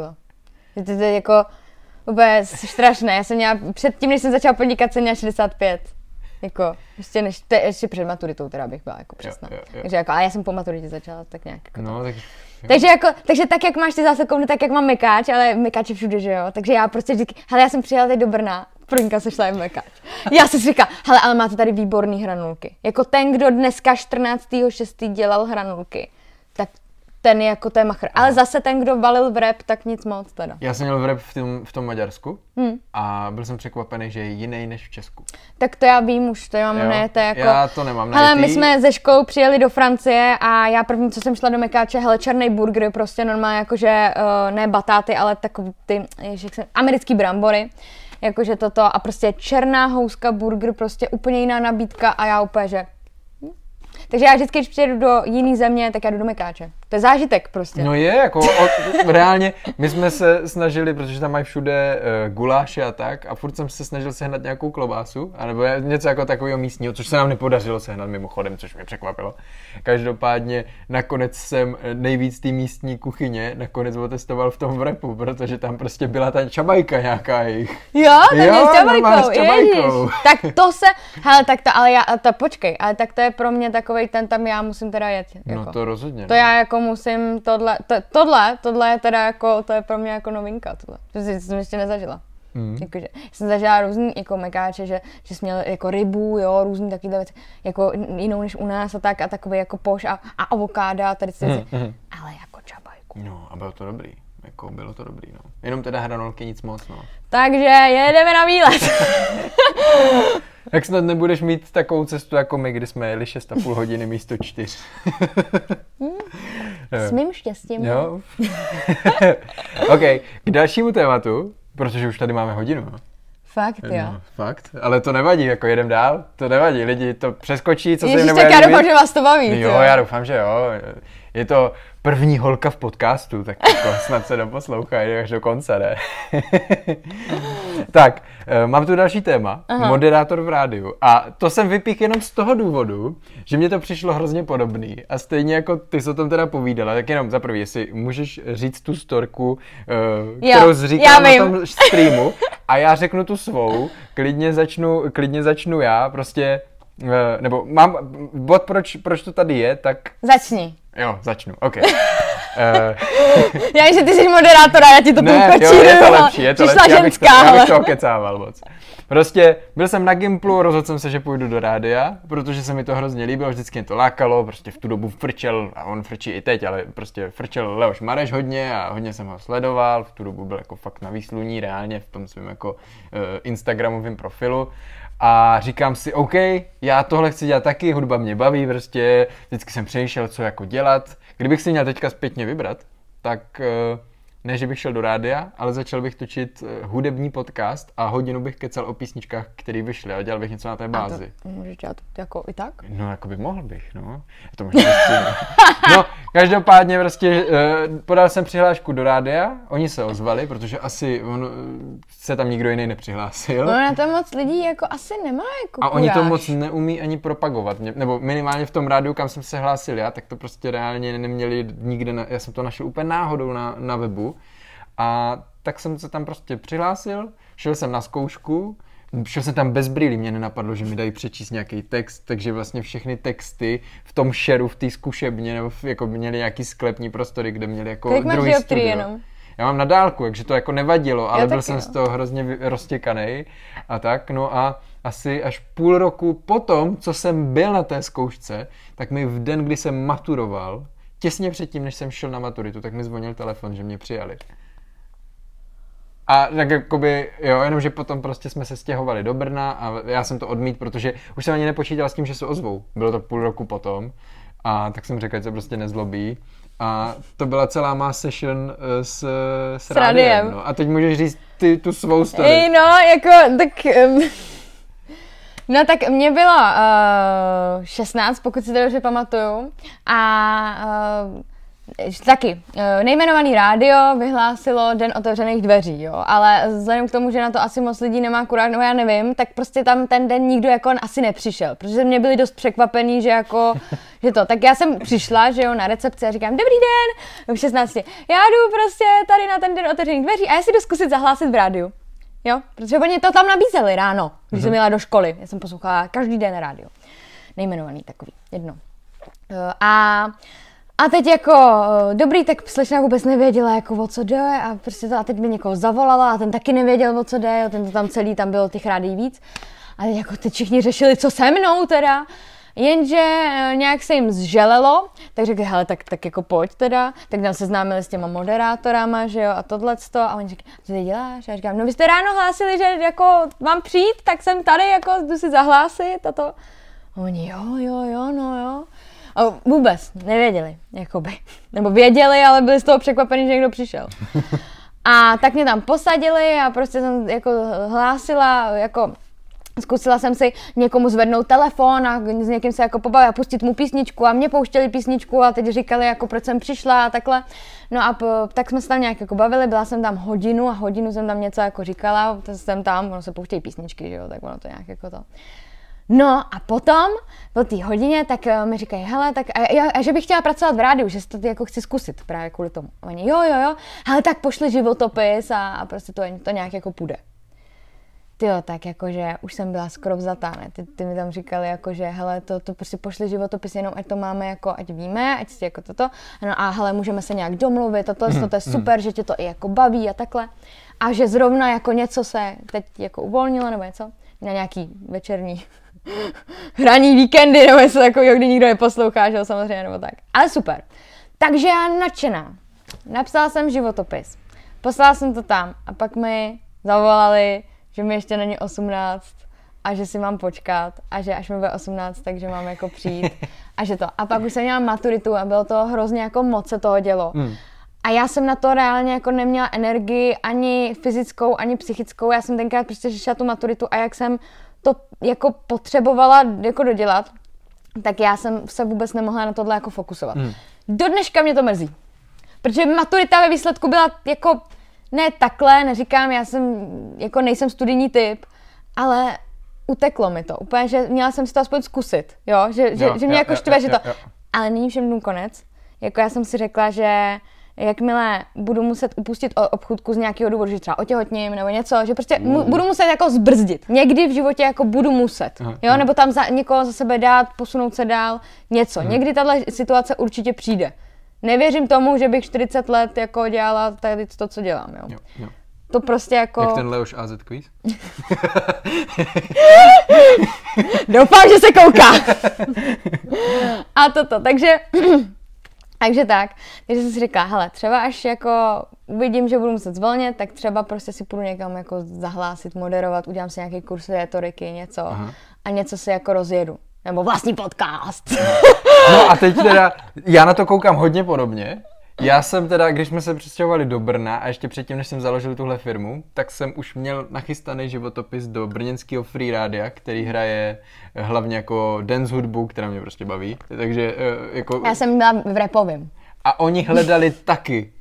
To je jako úplně strašné, já jsem měla, předtím, než jsem začala podnikat, jsem měla 65. Jako, ještě před maturitou teda bych byla jako přesná. Jo. Takže jako, a já jsem po maturitě začala tak nějak jako no, tak, takže tak, jak máš ty zásilkovny, tak jak mám mekáč, ale mekáč je všude, že jo? Takže já prostě vždycky, hele, já jsem přijela teď do Brna, prvníka se šla jen mekáč. Já jsem si říkala, hele, ale máte tady výborný hranulky. Jako ten, kdo dneska 14.6. dělal hranulky, tak ten je jako to je machr. Ale zase ten, kdo valil wrap, tak nic moc teda. Já jsem měl wrap v tom Maďarsku a byl jsem překvapený, že je jiný než v Česku. Tak to já vím už, to já mám nejete jako... Já to nemám hele, my jsme ze školou přijeli do Francie a já první, co jsem šla do mekáče, hele, černý burger, prostě normálně jakože, ne batáty, ale takový ty, americký brambory. Jakože toto a prostě černá houska burger, prostě úplně jiná nabídka a já úplně, že... Takže já vždycky, když přijedu do jiný země, tak já jdu do mekáče. To je zážitek prostě. No je, jako reálně, my jsme se snažili, protože tam mají všude guláše a tak, a furt jsem se snažil sehnat nějakou klobásu, anebo něco jako takového místního, což se nám nepodařilo sehnat mimochodem, což mě překvapilo. Každopádně nakonec jsem nejvíc té místní kuchyně nakonec otestoval v tom wrapu, protože tam prostě byla ta čabajka nějaká jejich. Jo, s čabajkou, tak to se, hele, tak to, ale počkej, ale tak to je pro mě takovej ten tam já musím teda jet. Jako. No to rozhodně. To já jako musím tohle je teda jako, to je pro mě jako novinka, tohle. To jsem ještě nezažila. Jakože, jsem zažila různý jako mekáče, že jsi měl jako rybu, jo, různý takovýhle věci, jako jinou než u nás a tak a takový jako poš a avokáda, tady ty věci, ale jako čabajku. No a bylo to dobrý, jako bylo to dobrý, no. Jenom teda hranolky nic moc, no. Takže jedeme na výlet. Tak snad nebudeš mít takovou cestu jako my, kdy jsme jeli 6,5 hodiny místo 4. S mým štěstím. Jo. OK, k dalšímu tématu, protože už tady máme hodinu. Fakt, jo. No, fakt, ale to nevadí, jako jedem dál, to nevadí, lidi to přeskočí, co se jim nebude líbit. Já doufám, že vás to baví. Jo, já doufám, že jo. Je to první holka v podcastu, tak jako snad se doposlouchají až do konce, ne? Tak, mám tu další téma, moderátor v rádiu. A to jsem vypíchl jenom z toho důvodu, že mě to přišlo hrozně podobný. A stejně jako ty jsi o tom teda povídala, tak jenom za prvý, jestli můžeš říct tu storku, kterou jsi říkala na tom streamu. a já řeknu tu svou, klidně začnu já, prostě, nebo mám bod, proč to tady je, tak... Začni. Jo, začnu, ok. Já že ty jsi moderátor a já ti to průkočím. Je to lepší, já bych toho kecával moc. Prostě byl jsem na Gimplu, rozhodl jsem se, že půjdu do rádia, protože se mi to hrozně líbilo, vždycky mě to lákalo, prostě v tu dobu frčel, a on frčí i teď, ale prostě frčel Leoš Mareš hodně a hodně jsem ho sledoval, v tu dobu byl jako fakt na výsluní reálně v tom svém jako instagramovém profilu. A říkám si, OK, já tohle chci dělat taky, hudba mě baví, prostě vždycky jsem přemýšlel, co jako dělat. Kdybych si měl teďka zpětně vybrat, tak ne, že bych šel do rádia, ale začal bych točit hudební podcast a hodinu bych kecal o písničkách, které vyšly a dělal bych něco na té bázi. A to můžeš dělat jako i tak? No, jako by mohl bych, no. To možná no, každopádně prostě podal jsem přihlášku do rádia, oni se ozvali, protože asi se tam nikdo jiný nepřihlásil. No, na to moc lidí jako asi nemá jako a oni to moc neumí ani propagovat, nebo minimálně v tom rádiu, kam jsem se hlásil já, tak to prostě reálně neměli nikde, já jsem to našel úplně náhodou na webu. A tak jsem se tam prostě přihlásil, šel jsem na zkoušku, šel jsem tam bez brýlí, mě nenapadlo, že mi dají přečíst nějaký text, takže vlastně všechny texty v tom šeru, v té zkušebně, nebo jako měli nějaký sklepní prostory, kde měli jako druhý studio. Jenom? Já mám na dálku, takže to jako nevadilo, ale byl jsem z toho hrozně roztěkanej a tak, no a asi až půl roku potom, co jsem byl na té zkoušce, tak mi v den, kdy jsem maturoval, těsně předtím, než jsem šel na maturitu, tak mi zvonil telefon, že mě přijali. A tak jakoby, jo, jenomže potom prostě jsme se stěhovali do Brna a já jsem to odmít, protože už jsem ani nepočítal s tím, že se ozvou. Bylo to půl roku potom a tak jsem řekl, že se prostě nezlobí. A to byla celá má session s rádiem. No. A teď můžeš říct ty tu svou story. No, jako, tak... No tak mě bylo 16, pokud si to dobře pamatuju, a taky nejmenovaný rádio vyhlásilo Den otevřených dveří, jo, ale vzhledem k tomu, že na to asi moc lidí nemá kurák, nebo já nevím, tak prostě tam ten den nikdo jako asi nepřišel, protože mě byli dost překvapený, že jako, že to, tak já jsem přišla, že jo, na recepci a říkám, dobrý den, v 16, já jdu prostě tady na ten Den otevřených dveří a já si jdu zkusit zahlásit v rádiu. Jo, protože oni to tam nabízeli ráno, když jsem jela do školy. Já jsem poslouchala každý den rádio. Nejmenovaný takový, jedno. A teď jako, dobrý, tak slečna vůbec nevěděla, jako o co jde a prostě to, a teď mi někoho zavolala a ten taky nevěděl, o co jde, ten to tam celý, tam bylo těch rádií víc. A teď jako teď všichni řešili, co se mnou teda. Jenže nějak se jim zželelo, tak řekli, hele, tak jako pojď teda, tak nám seznámili s těma moderátorama, že jo, a tohleto, a oni říkají, co ty děláš? A já říkám, no vy jste ráno hlásili, že jako mám přijít, tak jsem tady, jako jdu si zahlásit a to. A oni, jo, no jo. A vůbec nevěděli, jakoby. Nebo věděli, ale byli z toho překvapení, že někdo přišel. A tak mě tam posadili a prostě jsem jako hlásila, jako zkusila jsem si někomu zvednout telefon a s někým se jako pobavit a pustit mu písničku a mě pouštěli písničku a teď říkali, jako proč jsem přišla a takhle. No a tak jsme se tam nějak jako bavili, byla jsem tam hodinu a hodinu jsem tam něco jako říkala, to jsem tam, ono se pouštějí písničky, že jo, tak ono to nějak jako to. No a potom, po té hodině, tak mi říkají, hele, tak a že bych chtěla pracovat v rádiu, že si to jako chci zkusit právě kvůli tomu. A oni, jo, hele, tak pošli životopis a prostě to nějak jako půjde. Tyjo, tak jakože už jsem byla skoro vzatá, ne? Ty mi tam říkali jakože, hele, to prostě pošli životopis jenom, ať to máme jako, ať víme, ať si jako toto. No a hele, můžeme se nějak domluvit, to je super, že tě to i jako baví a takhle. A že zrovna jako něco se teď jako uvolnilo nebo něco, na nějaký večerní hraní víkendy nebo něco takového, kdy nikdo neposlouchá, že jo, samozřejmě, nebo tak. Ale super. Takže já nadšená. Napsala jsem životopis. Poslala jsem to tam a pak mi zavolali, že mi ještě není 18 a že si mám počkat a že až mi bude 18, takže mám jako přijít a že to. A pak už jsem měla maturitu a bylo to hrozně jako moc se toho dělo. A já jsem na to reálně jako neměla energii ani fyzickou, ani psychickou. Já jsem tenkrát prostě řešila tu maturitu a jak jsem to jako potřebovala jako dodělat, tak já jsem se vůbec nemohla na tohle jako fokusovat. Do dneška mě to mrzí. Protože maturita ve výsledku byla jako ne takhle, neříkám, já jsem jako nejsem studijní typ, ale uteklo mi to. Úplně, že měla jsem si to aspoň zkusit, jo? Že mě jako štve, že to. Ale není všem dnům konec. Jako já jsem si řekla, že jakmile budu muset upustit obchůdku z nějakého důvodu, že třeba otěhotním nebo něco, že prostě budu muset jako zbrzdit. Někdy v životě jako budu muset, jo, nebo tam někoho za sebe dát, posunout se dál, něco. Někdy tahle situace určitě přijde. Nevěřím tomu, že bych 40 let jako dělala tady to, co dělám, jo. To prostě jako... Jak ten Leoš AZ quiz? Doufám, že se kouká. A takže tak. Takže jsem si říkala, hele, třeba až jako uvidím, že budu muset zvolnit, tak třeba prostě si půjdu někam jako zahlásit, moderovat, udělám si nějaký kurz rétoriky, něco a něco si jako rozjedu. Nebo vlastní podcast. No a teď teda, já na to koukám hodně podobně. Já jsem teda, když jsme se přestěhovali do Brna a ještě předtím, než jsem založil tuhle firmu, tak jsem už měl nachystaný životopis do brněnského Free Rádia, který hraje hlavně jako dance hudbu, která mě prostě baví. Takže jako... Já jsem byla v rapovém. A oni hledali taky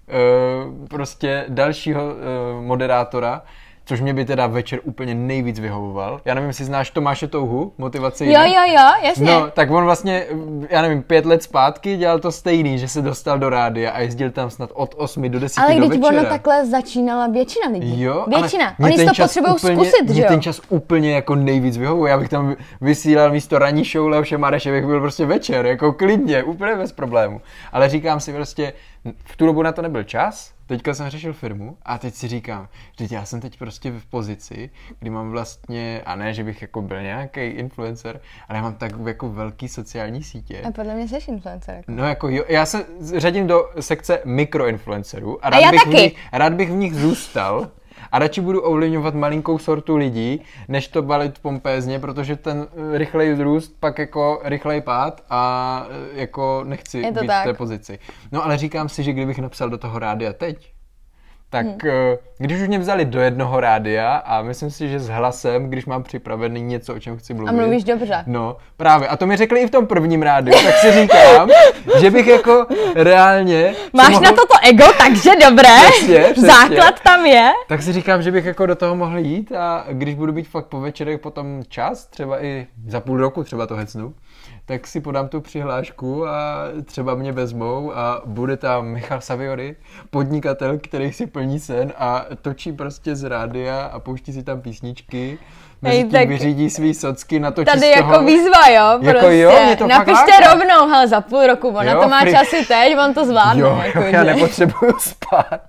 prostě dalšího moderátora, což mě by teda večer úplně nejvíc vyhovoval. Já nevím, jestli znáš Tomáše Touhu, Motivace jinak. Jo, jasně. No, tak on vlastně, já nevím, 5 let zpátky dělal to stejný, že se dostal do rádia a jezdil tam snad od 8 do 10 ale do večera. Ale když ono takhle začínala většina lidí. Jo, většina. Oni to potřebují zkusit, že jo? Ten čas úplně jako nejvíc vyhovuje. Já bych tam vysílal místo ranní show Leoše Mareše, bych byl prostě večer, jako klidně, úplně bez problému. Ale říkám si prostě, v tu dobu na to nebyl čas, teďka jsem řešil firmu a teď si říkám, že já jsem teď prostě v pozici, kdy mám vlastně, a ne, že bych jako byl nějaký influencer, ale já mám tak jako velký sociální sítě. A podle mě jsi influencer. Jako. No jako jo, já se řadím do sekce mikroinfluencerů a rád bych v nich zůstal. A radši budu ovlivňovat malinkou sortu lidí, než to balit pompézně, protože ten rychlej růst pak jako rychlej pád a jako nechci být v té pozici. No ale říkám si, že kdybych napsal do toho rádia teď, tak když už mě vzali do jednoho rádia a myslím si, že s hlasem, když mám připravený něco, o čem chci mluvit. A mluvíš dobře. No, právě. A to mi řekli i v tom prvním rádiu, tak si říkám, že bych jako reálně... Máš na toto ego, takže dobré. Přesně. Základ tam je. Tak si říkám, že bych jako do toho mohl jít a když budu být fakt po večerech potom čas, třeba i za půl roku třeba to hecnu, tak si podám tu přihlášku a třeba mě vezmou a bude tam Michal Saviory, podnikatel, který si plní sen a točí prostě z rádia a pouští si tam písničky. Mezitím vyřídí svý socky, natočí tady z toho... jako výzva, jo, prostě. Jako jo, mě to napište rovnou, hele, za půl roku, ona to má časy teď, on to zvládne. Jo, jako já nepotřebuju spát.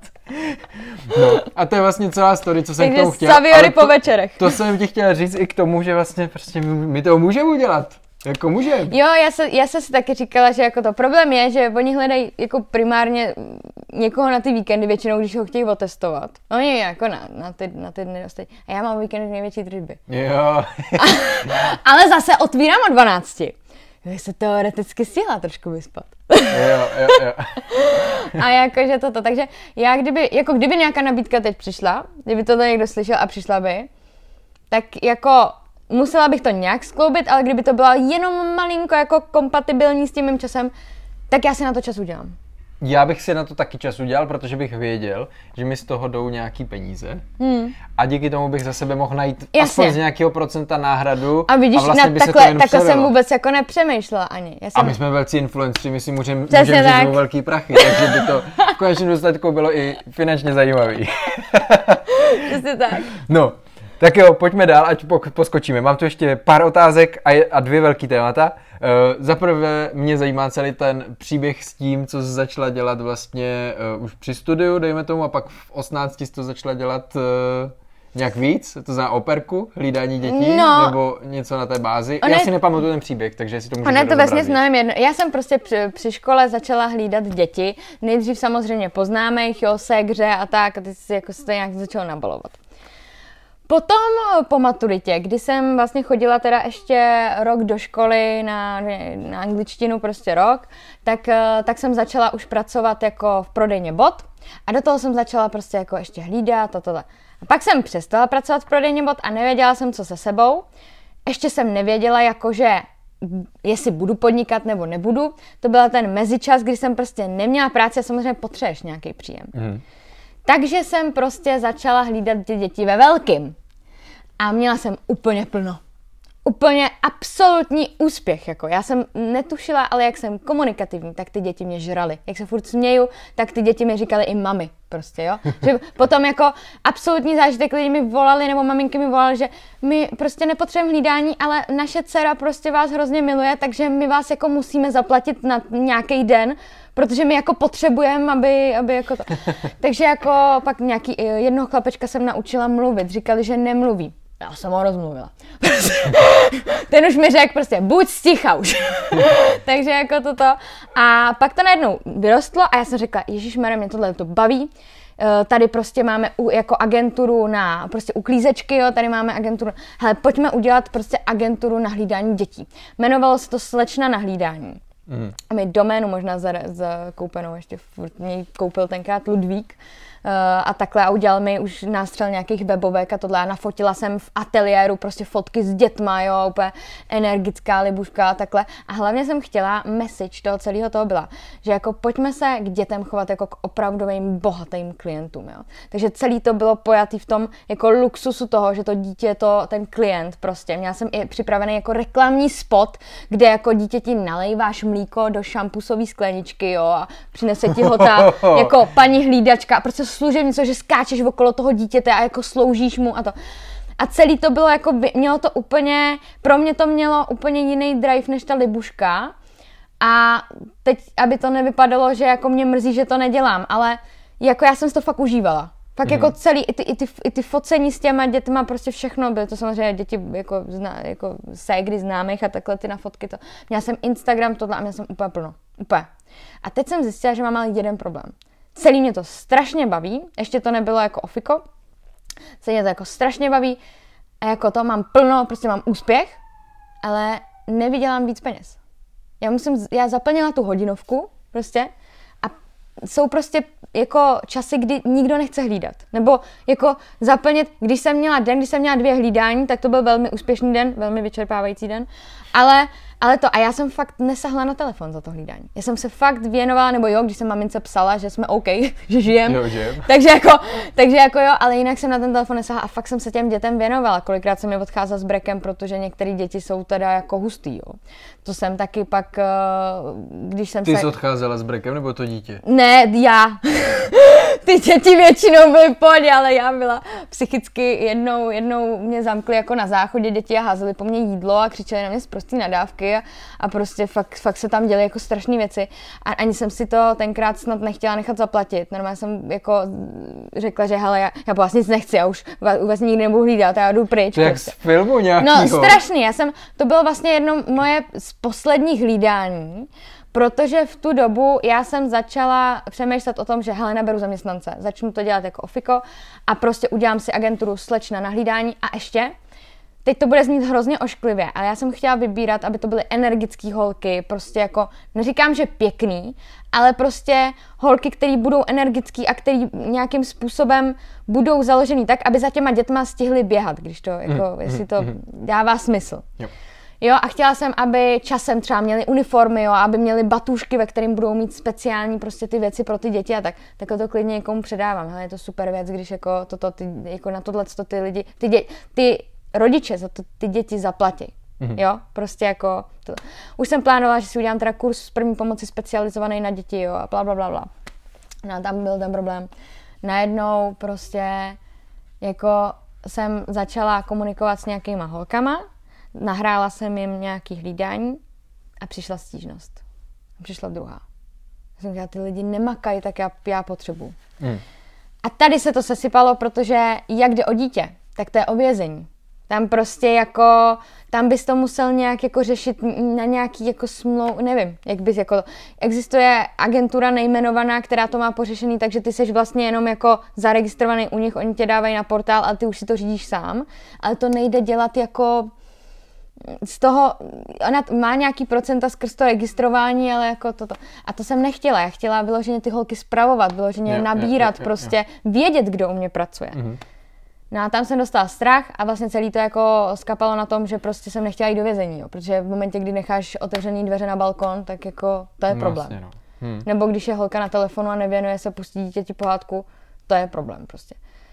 No, a to je vlastně celá story, co jsem k tomu chtěl. Saviory po večerech. To jsem ti chtěla říct i k tomu, že vlastně prostě my to můžeme udělat. Jako můžeme. Jo, já jsem si taky říkala, že jako to problém je, že oni hledají jako primárně někoho na ty víkendy většinou, když ho chtějí otestovat. Oni jako na ty dny dostají. A já mám víkendy největší tržby. Jo. Ale zase otvírám o 12. Já se teoreticky stihla trošku vyspat. Jo. A jakože toto, takže já kdyby nějaká nabídka teď přišla, kdyby to někdo slyšel a přišla by, tak jako musela bych to nějak skloubit, ale kdyby to bylo jenom malinko jako kompatibilní s tím mým časem, tak já si na to čas udělám. Já bych si na to taky čas udělal, protože bych věděl, že mi z toho jdou nějaký peníze a díky tomu bych za sebe mohl najít aspoň z nějakého procenta náhradu a vidíš, a vlastně by takhle, se to jenom takhle jsem vůbec jako nepřemýšlela ani. A my jsme velcí influenceri, my si můžeme říct velký prachy, takže by to v konečném důsledku bylo i finančně zajímavý. Přesně tak. No. Tak jo, pojďme dál, ať poskočíme. Mám tu ještě pár otázek a 2 velký témata. Za prvé mě zajímá celý ten příběh s tím, co jsi začala dělat vlastně už při studiu, dejme tomu, a pak v 18 jsi to začala dělat nějak víc, to znamená operku, hlídání dětí, nebo něco na té bázi. Já si nepamatuju ten příběh, takže si to můžu to vlastně znám jedno. Já jsem prostě při škole začala hlídat děti. Nejdřív samozřejmě po známých, jo, ségře a tak, a teď si jako se to nějak začalo nabalovat. Potom po maturitě, kdy jsem vlastně chodila teda ještě rok do školy na angličtinu, prostě rok, tak jsem začala už pracovat jako v prodejně bot a do toho jsem začala prostě jako ještě hlídat a tohle. A pak jsem přestala pracovat v prodejně bot a nevěděla jsem, co se sebou. Ještě jsem nevěděla, jakože jestli budu podnikat nebo nebudu. To byl ten mezičas, kdy jsem prostě neměla práci a samozřejmě potřebuješ nějaký příjem. Takže jsem prostě začala hlídat ty děti ve velkým. A měla jsem úplně plno. úplně absolutní úspěch, jako já jsem netušila, ale jak jsem komunikativní, tak ty děti mě žrali. Jak se furt směju, tak ty děti mi říkaly i mami, prostě, jo. Že potom jako absolutní zážitek, lidi mi volali, nebo maminky mi volali, že my prostě nepotřebujeme hlídání, ale naše dcera prostě vás hrozně miluje, takže my vás jako musíme zaplatit na nějaký den, protože my jako potřebujeme, aby jako to. Takže jako pak jednoho chlapečka jsem naučila mluvit, říkali, že nemluví. Já jsem ho rozmluvila. Ten už mi řekl prostě, buď sticha už. Takže jako toto. A pak to najednou vyrostlo a já jsem řekla, ježišmarja, mě tohle to baví. Tady prostě máme jako agenturu na prostě uklízečky, jo, tady máme agenturu. Hele, pojďme udělat prostě agenturu na hlídání dětí. Jmenovalo se to Slečna na hlídání. A mi doménu možná za koupenou, ještě furt mě koupil tenkrát Ludvík. A takhle a udělal mi už nástřel nějakých webovek a tohle a nafotila jsem v ateliéru prostě fotky s dětma, jo, úplně energická libuška a takhle. A hlavně jsem chtěla message toho celého toho byla, že jako pojďme se k dětem chovat jako k opravdovým bohatým klientům, jo. Takže celý to bylo pojatý v tom jako luxusu toho, že to dítě to ten klient prostě. Měla jsem i připravený jako reklamní spot, kde jako dítěti nalejváš mlíko do šampusové skleničky, jo, a přinese ti ho ta jako paní hlídačka a prostě služebnice, že skáčeš okolo toho dítěte a jako sloužíš mu a to. A celý to bylo jako, mělo to úplně, pro mě to mělo úplně jiný drive než ta libuška. A teď, aby to nevypadalo, že jako mě mrzí, že to nedělám, ale jako já jsem si to fakt užívala. Fakt jako celý, i ty focení s těma dětma, prostě všechno, byly to samozřejmě děti jako ségry známých a takhle ty na fotky to. Měla jsem Instagram tohle a měla jsem úplně plno. Úplně. A teď jsem zjistila, že mám ale jeden problém. Celý mě to strašně baví, ještě to nebylo jako ofiko, celý mě to jako strašně baví a jako to mám plno, prostě mám úspěch, ale nevydělám víc peněz. Já zaplnila tu hodinovku prostě a jsou prostě jako časy, kdy nikdo nechce hlídat. Nebo jako zaplnit, když jsem měla 2 hlídání, tak to byl velmi úspěšný den, velmi vyčerpávající den, ale to, a já jsem fakt nesahla na telefon za to hlídání. Já jsem se fakt věnovala, nebo jo, když jsem mamince psala, že jsme OK, že žijem. Takže jako jo, ale jinak jsem na ten telefon nesahla a fakt jsem se těm dětem věnovala. Kolikrát jsem je odcházela s brekem, protože některé děti jsou teda jako hustý, jo. To jsem taky pak, když jsem Ty jsi odcházela s brekem, nebo to dítě? Ne, já. Ty děti většinou byly v pohodě, ale já byla psychicky jednou mě zamkli jako na záchodě děti a házeli po mně jídlo a křičeli na mě sprostý nadávky a prostě fakt se tam děly jako strašné věci a ani jsem si to tenkrát snad nechtěla nechat zaplatit. Normálně jsem jako řekla, že hele, já po vás nic nechci, já už vás nikdy nebudu hlídat, já jdu pryč. To jak prostě. z filmu nějakýho. No strašný, to bylo vlastně jedno moje z posledních hlídání, protože v tu dobu já jsem začala přemýšlet o tom, že hele, naberu zaměstnance, začnu to dělat jako ofiko a prostě udělám si agenturu Slečna na hlídání a ještě, teď to bude znít hrozně ošklivě, ale já jsem chtěla vybírat, aby to byly energické holky, prostě jako, neříkám, že pěkný, ale prostě holky, které budou energický a které nějakým způsobem budou založený tak, aby za těma dětma stihly běhat, když to, jako, jestli to dává smysl. Jo, a chtěla jsem, aby časem třeba měli uniformy, jo, aby měli batůžky, ve kterým budou mít speciální prostě ty věci pro ty děti a tak to klidně někomu předávám. Hele, je to super věc, když jako jako na tohleto ty lidi, ty rodiče za to ty děti zaplatí. Jo, prostě jako to. Už jsem plánovala, že si udělám teda kurz první pomoci specializovaný na děti, jo, a blablabla. No a tam byl ten problém. Najednou prostě jako jsem začala komunikovat s nějakýma holkama, nahrála jsem jim nějaký hlídání a přišla stížnost. A přišla druhá. Já jsem říkala, ty lidi nemakají, tak já potřebuju. A tady se to sesypalo, protože jak jde o dítě, tak to je o vězení. Tam prostě jako, tam bys to musel nějak jako řešit na nějaký jako nevím, jak bys jako, existuje agentura nejmenovaná, která to má pořešený, takže ty seš vlastně jenom jako zaregistrovaný u nich, oni tě dávají na portál, ale ty už si to řídíš sám, ale to nejde dělat jako z toho, ona má nějaký procenta skrz to registrování, ale jako toto. A to jsem nechtěla, já chtěla vyloženě ty holky spravovat, vyloženě nabírat, prostě vědět, kdo u mě pracuje. No a tam jsem dostala strach a vlastně celý to jako skapalo na tom, že prostě jsem nechtěla jít do vězení, jo, protože v momentě, kdy necháš otevřený dveře na balkon, tak jako to je problém. Vlastně, Nebo když je holka na telefonu a nevěnuje se, pustí dítěti pohádku, to je problém prostě.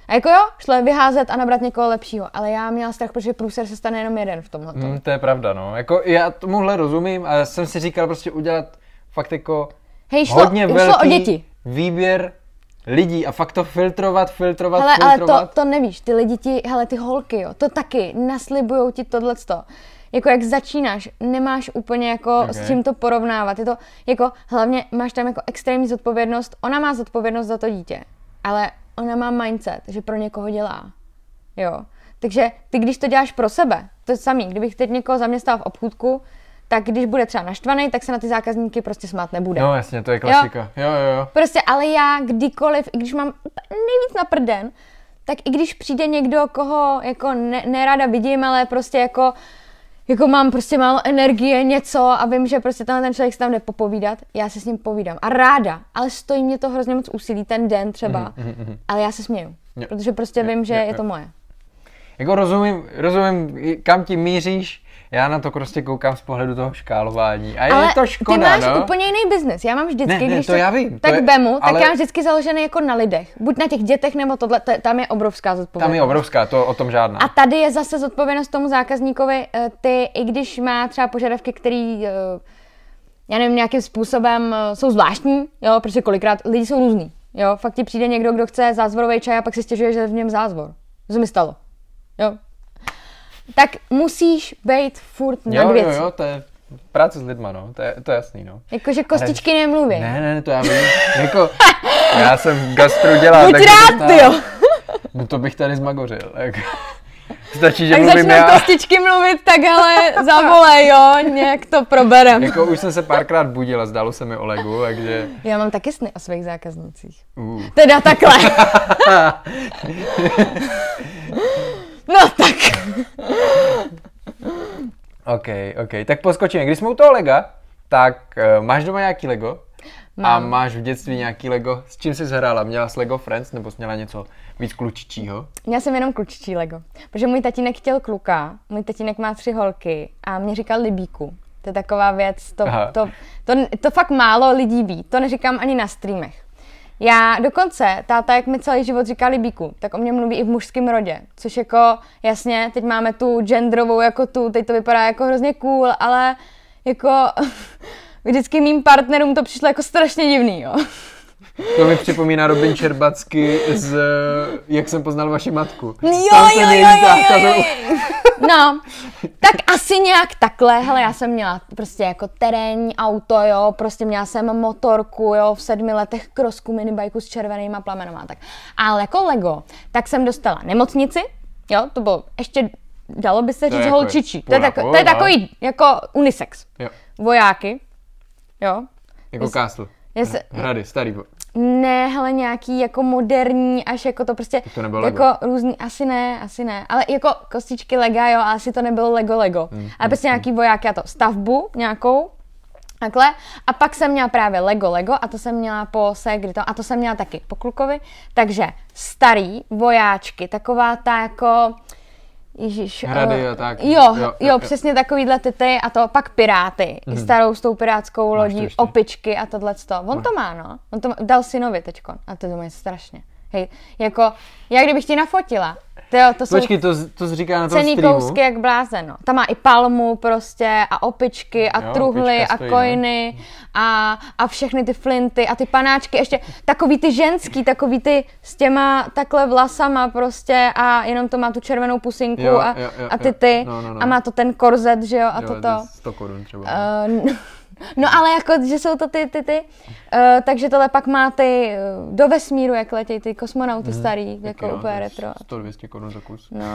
A jako jo, šlo vyházet a nabrat někoho lepšího, ale já měla strach, protože průser se stane jenom jeden v tomhle. To je pravda, no. Jako já tomuhle rozumím a já jsem si říkal prostě udělat fakt jako hodně velký výběr lidí a fakt to filtrovat. Ale to nevíš, ty lidi ty holky, jo, to taky naslibujou ti tohleto. Jako jak začínáš, nemáš úplně jako s čím to porovnávat. Je to jako, hlavně máš tam jako extrémní zodpovědnost, ona má zodpovědnost za to dítě, ale ona má mindset, že pro někoho dělá. Jo. Takže ty, když to děláš pro sebe, to je samý, kdybych teď někoho zaměstnala v obchůdku, tak když bude třeba naštvaný, tak se na ty zákazníky prostě smát nebude. No jasně, to je klasika. Jo. Prostě, ale já kdykoliv, i když mám nejvíc na prden, tak i když přijde někdo, koho jako nerada vidím, ale prostě jako mám prostě málo energie, něco a vím, že prostě ten člověk se tam jde popovídat, já se s ním povídám. A ráda, ale stojí mě to hrozně moc úsilí, ten den třeba, ale já se směju, protože prostě vím, že je to moje. Jako rozumím, kam ti míříš, já na to prostě koukám z pohledu toho škálování. A ale je to škoda, ty máš úplně jiný biznes. Já mám vždycky, když to já vím, tak vemu, ale... tak já mám vždycky založený jako na lidech. Buď na těch dětech, nebo tohle, tam je obrovská zodpovědnost. Tam je obrovská, to o tom žádná. A tady je zase zodpovědnost tomu zákazníkovi, ty, i když má třeba požadavky, který, já nevím, nějakým způsobem jsou zvláštní, jo, protože kolikrát lidi jsou různý, jo, fakt ti přijde někdo, kdo chce zázvorový čaj a pak si stěžuje, že je v něm zázvor. To se mi stalo, jo. Tak musíš být furt nad věcí. Jo, to je práce s lidma, no, to je jasný, no. Jakože kostičky nemluví. Ne, to já vím, jako, já jsem v gastru dělal. Buď rád, jo. No to bych tady zmagořil, jako. Stačí, že tak mluvím já. Tak kostičky mluvit, tak hele, zavolej, jo, nějak to proberem. Jako už jsem se párkrát budil a zdálo se mi o Legu, takže... Já mám taky sny o svých zákaznicích. Teda takhle. No tak. OK. Tak poskočíme. Když jsme u toho Lega, tak máš doma nějaký Lego? Mám. A máš v dětství nějaký Lego? S čím jsi hrála? Měla jsi Lego Friends nebo jsi měla něco víc klučičího? Měla jsem jenom klučičí Lego. Protože můj tatínek chtěl kluka, můj tatínek má 3 holky a mě říkal libíku. To je taková věc, to fakt málo lidí ví. To neříkám ani na streamech. Já dokonce, táta, jak mi celý život říká libíku, tak o mě mluví i v mužském rodě, což jako, jasně, teď máme tu genderovou jako tu, teď to vypadá jako hrozně cool, ale jako vždycky mým partnerům to přišlo jako strašně divný, jo. To mi připomíná Robin Čerbacky z Jak jsem poznal vaši matku. Jo. No, tak asi nějak takhle, hele, já jsem měla prostě jako terénní auto, jo, prostě měla jsem motorku, jo, v 7 letech krosku, minibajku s červenýma plamenama, tak. Ale jako Lego, tak jsem dostala nemocnici, jo, to bylo ještě, dalo by se říct jako holčičí, to je takový jako unisex, jo. Vojáky, jo. Jako Castle, hrady, starý. Ne, hele, nějaký jako moderní, až jako to prostě, to nebylo jako Lego. Různý, asi ne, ale jako kostičky Lega, jo, ale asi to nebylo Lego. Ale prostě nějaký vojáky a to, stavbu nějakou, takhle, a pak jsem měla právě Lego a to jsem měla po Segri, a to jsem měla taky po klukovi, takže starý vojáčky, taková ta jako... Ježíš, hrady a tak. Jo, přesně takovýhle tyty a to pak piráty, i starou s tou pirátskou lodí, opičky a tohleto. On to má, no. On to dal synovi teďkon a to je strašně. Hej, jako, já kdybych ti nafotila, to jsou počkej, to říká na tom cenný streamu. kousky jak blázen, no. Tam má i palmu prostě a opičky a truhly a coiny a všechny ty flinty a ty panáčky, ještě takový ty ženský, takový ty s těma takhle vlasama prostě a jenom to má tu červenou pusinku a ty no. a má to ten korzet, že jo, a jo, toto. 100 korun třeba. No ale jako, že jsou to ty, takže tohle pak má ty do vesmíru, jak letějí ty kosmonauty starý, jako úplně retro. 100-200 korun za kus. No.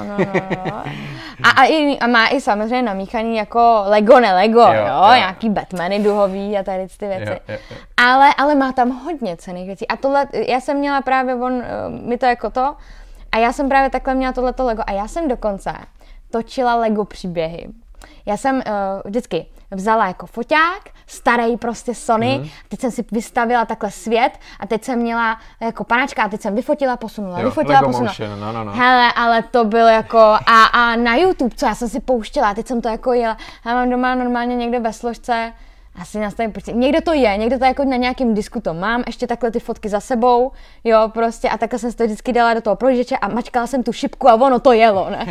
A má i samozřejmě namíchaný jako Lego, jo, nějaký Batmany duhový a tady ty věci. Jo. Ale má tam hodně cenných věcí. A tohle, já jsem měla právě, mi to jako to, a já jsem právě takhle měla tohleto Lego. A já jsem dokonce točila Lego příběhy. Já jsem vždycky vzala jako foťák, starý prostě Sony, teď jsem si vystavila takhle svět a teď jsem měla jako panáčka a teď jsem vyfotila, posunula. Motion, no. Hele, ale to bylo jako, a na YouTube, co já jsem si pouštěla, teď jsem to jako jela, já mám doma normálně někde ve složce asi nastavím, prostě někde to je jako na nějakém disku to mám, ještě takhle ty fotky za sebou, jo, prostě a takhle jsem si to vždycky dala do toho prohlížeče a mačkala jsem tu šipku a ono to jelo, ne?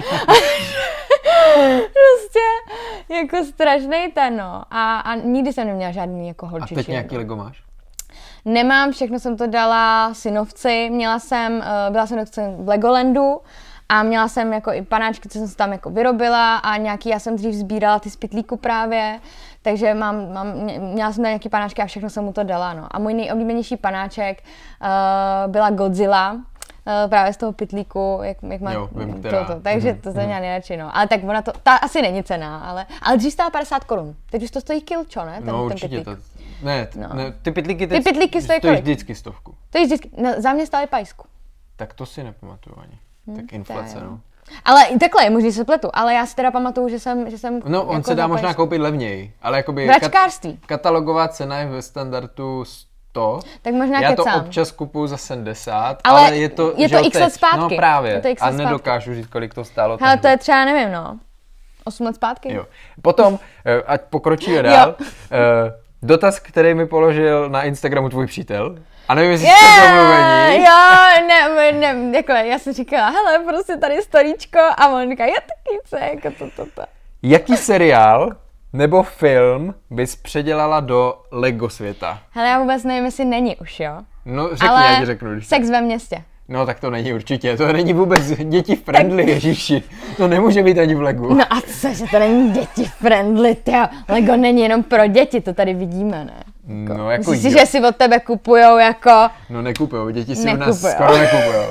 Prostě jako strašnej ten, no. A nikdy jsem neměla žádný jako holčičí. A teď nějaký Lego máš? Nemám, všechno jsem to dala synovci, byla jsem v Legolandu a měla jsem jako i panáčky, co jsem si tam jako vyrobila a nějaký, já jsem dřív sbírala ty z pytlíku právě, takže měla jsem tam nějaký panáčky a všechno jsem mu to dala, no. A můj nejoblíbenější panáček byla Godzilla, právě z toho pytlíku, jak má vím, takže to jsem měla nejradši, no. Ale tak ona ta asi není cená, ale dřív stála 50 korun. Teď už to stojí kilčo, ne? No určitě to. Ne, ty pytlíky stojí vždycky 100. To je vždycky, za mě stály pajsku. Tak to si nepamatuju ani. Tak inflace, no. Ale i takhle, možná se pletu, ale já si teda pamatuju, že jsem no, on jako se dá možná koupit levněji, ale jakoby katalogová cena je ve standardu 100. Tak možná já kecám. To občas kupuju za 70, ale je to x let zpátky. No právě, a nedokážu říct, kolik to stálo. Ale to je třeba, nevím, 8 let zpátky. Jo. Potom, ať pokročíme dál, dotaz, který mi položil na Instagramu tvůj přítel. A nevím, jestli jste domluvení. Ne, takhle, já jsem říkala, hele, prostě tady storíčko a on říká, já taky chce, jako to. Jaký seriál nebo film bys předělala do Lego světa? Hele, já vůbec nevím, jestli není už, jo. No řekni, já ti řeknu. Sex ve městě. No tak to není určitě, to není vůbec děti friendly, ježiši. To nemůže být ani v Legu. No a cože, to není děti friendly, tyjo. Lego není jenom pro děti, to tady vidíme, ne? No jako myslíš si, že si od tebe kupujou jako... No nekupujou, děti si u nás skoro nekupujou.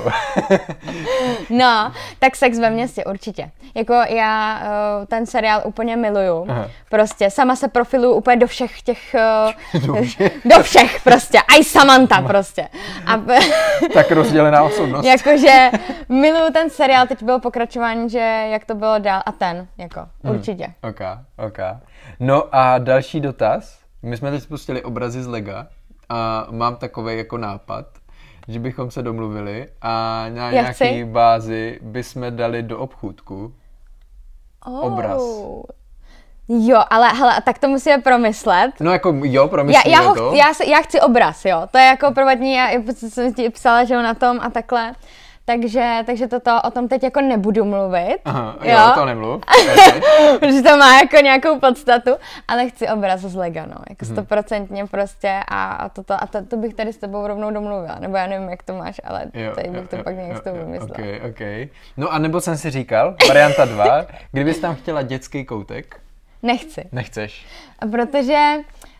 No, tak Sex ve městě určitě. Jako já ten seriál úplně miluju. Aha. Prostě sama se profiluju úplně do všech těch... do všech prostě. Aj Samantha prostě. Tak rozdělená osobnost. Jakože miluju ten seriál, teď bylo pokračování, že jak to bylo dál a ten, jako určitě. Ok. No a další dotaz. My jsme teď spustili obrazy z Lega a mám takovej jako nápad, že bychom se domluvili a na nějaký bázi bychom dali do obchůdku obraz. Jo, ale hele, tak to musíme promyslet. No jako jo, promyslíme to. Já chci obraz, jo. To je jako prvotní, já jsem ti psala, že jo, na tom a takhle. Takže o tom teď jako nebudu mluvit. Aha, jo, to nemluv. Protože to má jako nějakou podstatu, ale chci obraz z Lega, no, jako 100% prostě a to bych tady s tebou rovnou domluvila, nebo já nevím, jak to máš, ale tady bych to pak nějak s tebou vymyslela. Okay. No a nebo jsem si říkal, varianta 2, kdybys tam chtěla dětský koutek? Nechci. Nechceš? Protože,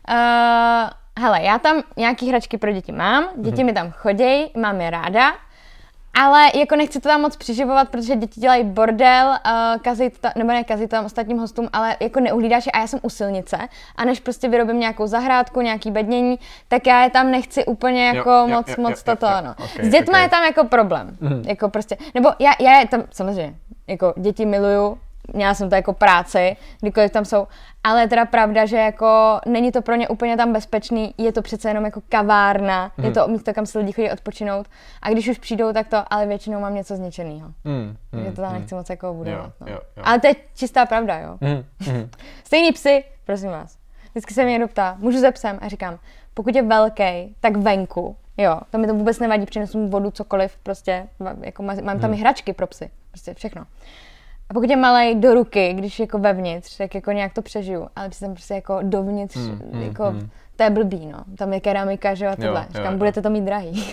hele, já tam nějaký hračky pro děti mám, děti mi tam chodějí, mám je ráda, ale jako nechci to tam moc přiživovat, protože děti dělají bordel, kazí to tam ostatním hostům, ale jako neuhlídáš je a já jsem u silnice a než prostě vyrobím nějakou zahrádku, nějaký bednění, tak já je tam nechci úplně jako moc toto, no. S dětma je tam jako problém, jako prostě, nebo já je tam, samozřejmě, jako děti miluju, měla jsem to jako práci, kdykoliv tam jsou, ale je teda pravda, že jako není to pro ně úplně tam bezpečný, je to přece jenom jako kavárna, je to místo, kam se lidi chodí odpočinout a když už přijdou, tak to, ale většinou mám něco zničenýho. Takže to tam nechci moc jako budovat. No. Jo. Ale to je čistá pravda, jo. Stejný psy, prosím vás. Vždycky se mě někdo ptá, můžu se psem? A říkám, pokud je velký, tak venku, jo, to mi to vůbec nevadí, přinesu mu vodu, cokoliv, prostě, jako mám tam i hračky pro psy, prostě všechno. A pokud je malej do ruky, když jako vevnitř, tak jako nějak to přežiju, ale když tam prostě jako dovnitř, jako to je blbý, no. Tam je keramika, že jo, a tohle. Říkám, budete to mít drahý.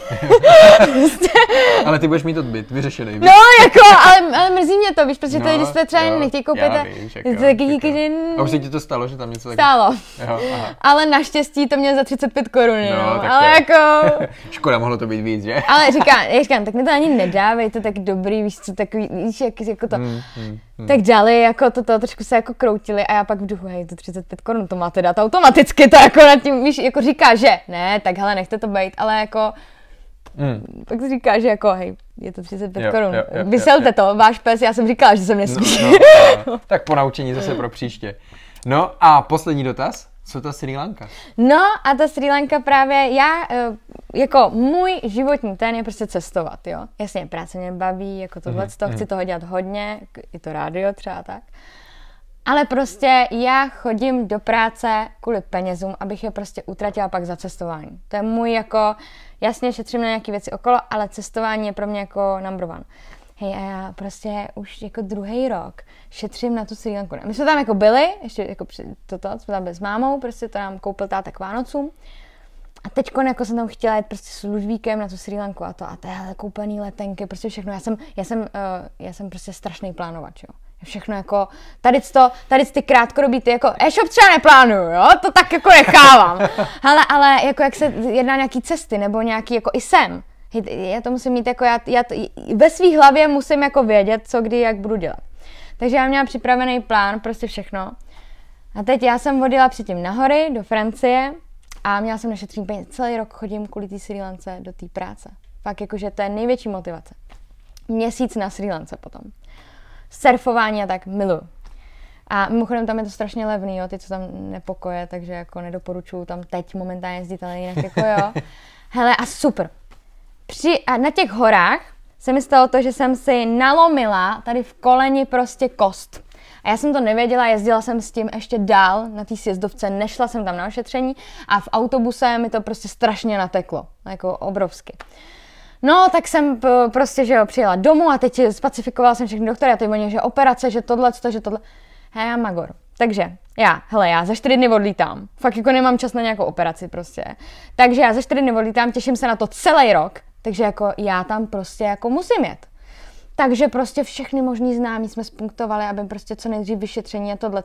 Ale ty budeš mít odbyt, vyřešený. No, jako, ale mrzí mě to, víš, protože to, když jste třeba nechtějí koupit, a už se ti to stalo, že tam něco taky... Stalo. Ale naštěstí to měl za 35 korun, no. Ale jako... Škoda, mohlo to být víc, že? Ale říkám, tak mi to ani nedávej, to tak dobrý, víš co, takový, víš, jak jako to... Tak dali, jako to trošku se jako kroutili a já pak v duchu, hej, to 35 korun, to máte dát automaticky, to jako nad tím, víš, jako říká, že ne, tak hele, nechte to bejt, ale jako pak si říká, že jako, hej, je to 35 korun, vyselte to, váš pes, já jsem říkala, že jsem nesmí. No. Tak po naučení zase pro příště. No a poslední dotaz, co ta Srí Lanka? No a ta Srí Lanka právě, jako můj životní ten je prostě cestovat, jo. Jasně, práce mě baví, jako tohleto, chci toho dělat hodně, i to rádio třeba tak. Ale prostě já chodím do práce kvůli penězům, abych je prostě utratila pak za cestování. To je můj jako, jasně šetřím na nějaké věci okolo, ale cestování je pro mě jako number one. Hej, a já prostě už jako 2. rok šetřím na tu Srí Lanku. My jsme tam jako byli, ještě jako jsme tam byli s mámou, prostě to nám koupil táta k Vánocům. A teďko jako jsem tam chtěla jít prostě s Lužvíkem na tu Srí Lanku a téhle koupený letenky, prostě všechno. Já jsem prostě strašný plánovač, jo. Všechno jako, tady ty krátkodobí, ty jako e-shop třeba neplánuju, jo, to tak jako nechávám. Ale jako jak se jedná nějaký cesty, nebo nějaký jako i sem. Já to musím mít jako, já ve svý hlavě musím jako vědět, co kdy, jak budu dělat. Takže já měla připravený plán, prostě všechno. A teď já jsem odjela předtím na hory, do Francie a měla jsem našetřený peníze. Celý rok chodím kvůli té Srí Lance do té práce. Fakt jakože to je největší motivace. Měsíc na Srí Lance potom. Surfování a tak miluju. A mimochodem tam je to strašně levný, jo, ty co tam nepokoje, takže jako nedoporučuju tam teď momentálně jezdit, ale jinak jako jo. Hele a super. A na těch horách se mi stalo to, že jsem si nalomila tady v koleni prostě kost. A já jsem to nevěděla, jezdila jsem s tím ještě dál na té sjezdovce, nešla jsem tam na ošetření a v autobuse mi to prostě strašně nateklo, jako obrovsky. No, tak jsem prostě, že jo, přijela domů a teď specifikovala jsem všechny doktory a teď oni, že operace, že tohle. Hej, magor. Takže já za 4 dny odlítám. Fakt jako nemám čas na nějakou operaci prostě. Takže já za 4 dny odlítám, těším se na to celý rok, takže jako já tam prostě jako musím jet. Takže prostě všechny možný známí jsme spunktovali, aby prostě co nejdřív vyšetření a tohle.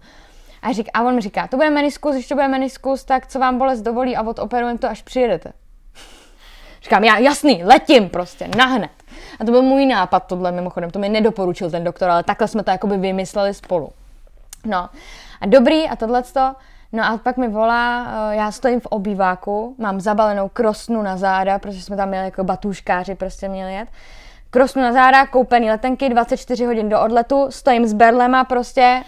A on mi říká, to bude meniskus, když to bude meniskus, tak co vám bolest dovolí a odoperujeme to, až přijedete. Říkám, já jasný, letím prostě, nahned. A to byl můj nápad tohle mimochodem, to mi nedoporučil ten doktor, ale takhle jsme to jakoby vymysleli spolu. No a dobrý a tohleto, no a pak mi volá, já stojím v obýváku, mám zabalenou krosnu na záda, protože jsme tam měli jako batůžkáři, prostě měli jet. Krosnu na záda, koupený letenky, 24 hodin do odletu, stojím s berlema prostě,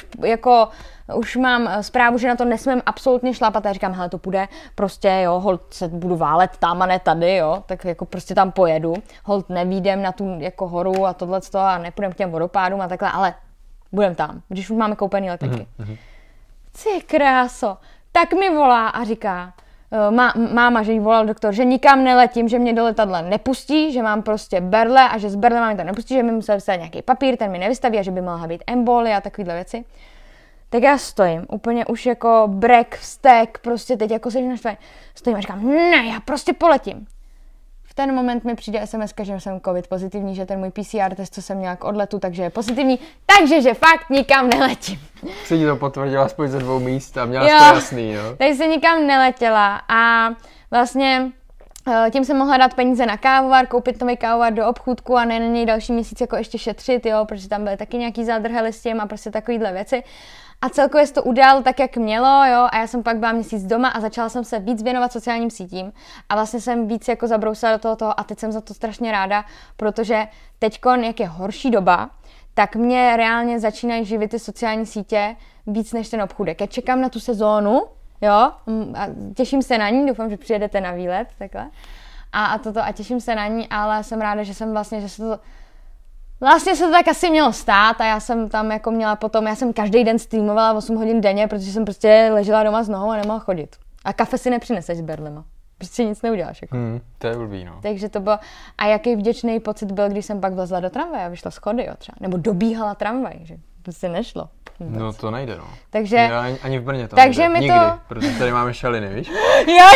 už mám zprávu, že na to nesmím absolutně šlapat a já říkám, hele, to půjde, prostě jo, holt se budu válet tam a ne tady, jo, tak jako prostě tam pojedu, holt nevídem na tu jako horu a tohleto a nepůjdem k těm vodopádům a takhle, ale budem tam, když už máme koupený letenky. Ty kráso, tak mi volá a říká, máma, že jí volal doktor, že nikam neletím, že mě do letadla nepustí, že mám prostě berle a že z berle mám tam nepustí, že mi musel vystavit nějaký papír, ten mi nevystaví a že by mohla být embolie a takovýhle věci. Tak já stojím, úplně už jako brek, vztek, prostě teď jako seš naštvaný. Stojím a říkám, ne, já prostě poletím. V ten moment mi přijde SMS, že jsem covid pozitivní, že ten můj PCR test, co jsem měla k odletu, takže je pozitivní, takže že fakt nikam neletím. Si ti to potvrdila aspoň ze 2 míst a měla to jasný, jo? Takže jsem nikam neletěla a vlastně tím jsem mohla dát peníze na kávovar, koupit nový kávovar do obchůdku a ne na něj další měsíc jako ještě šetřit, jo, protože tam byly taky nějaký zádrhely s tím a prostě takovýhle věci. A celkově se to udělalo tak, jak mělo, jo, a já jsem pak byla měsíc doma a začala jsem se víc věnovat sociálním sítím a vlastně jsem víc jako zabrousila do toho a teď jsem za to strašně ráda, protože teďkon, jak je horší doba, tak mě reálně začínají živit ty sociální sítě víc než ten obchůdek. Já čekám na tu sezónu, jo, a těším se na ní, doufám, že přijedete na výlet, takhle. A těším se na ní, ale jsem ráda, že Vlastně se to tak asi mělo stát a já jsem tam jako měla potom, já jsem každý den streamovala 8 hodin denně, protože jsem prostě ležela doma s nohou a nemohla chodit. A kafe si nepřineseš s berlema. Prostě nic neuděláš. Jako. To je blbý, no. Takže to bylo, a jaký vděčný pocit byl, když jsem pak vlezla do tramvaje a vyšla schody, jo, třeba. Nebo dobíhala tramvaj, že prostě nešlo. Vůbec. No to nejde, no. Takže, ani v Brně to takže nejde. Mi nikdy, to... protože tady máme šaliny, víš? Jo.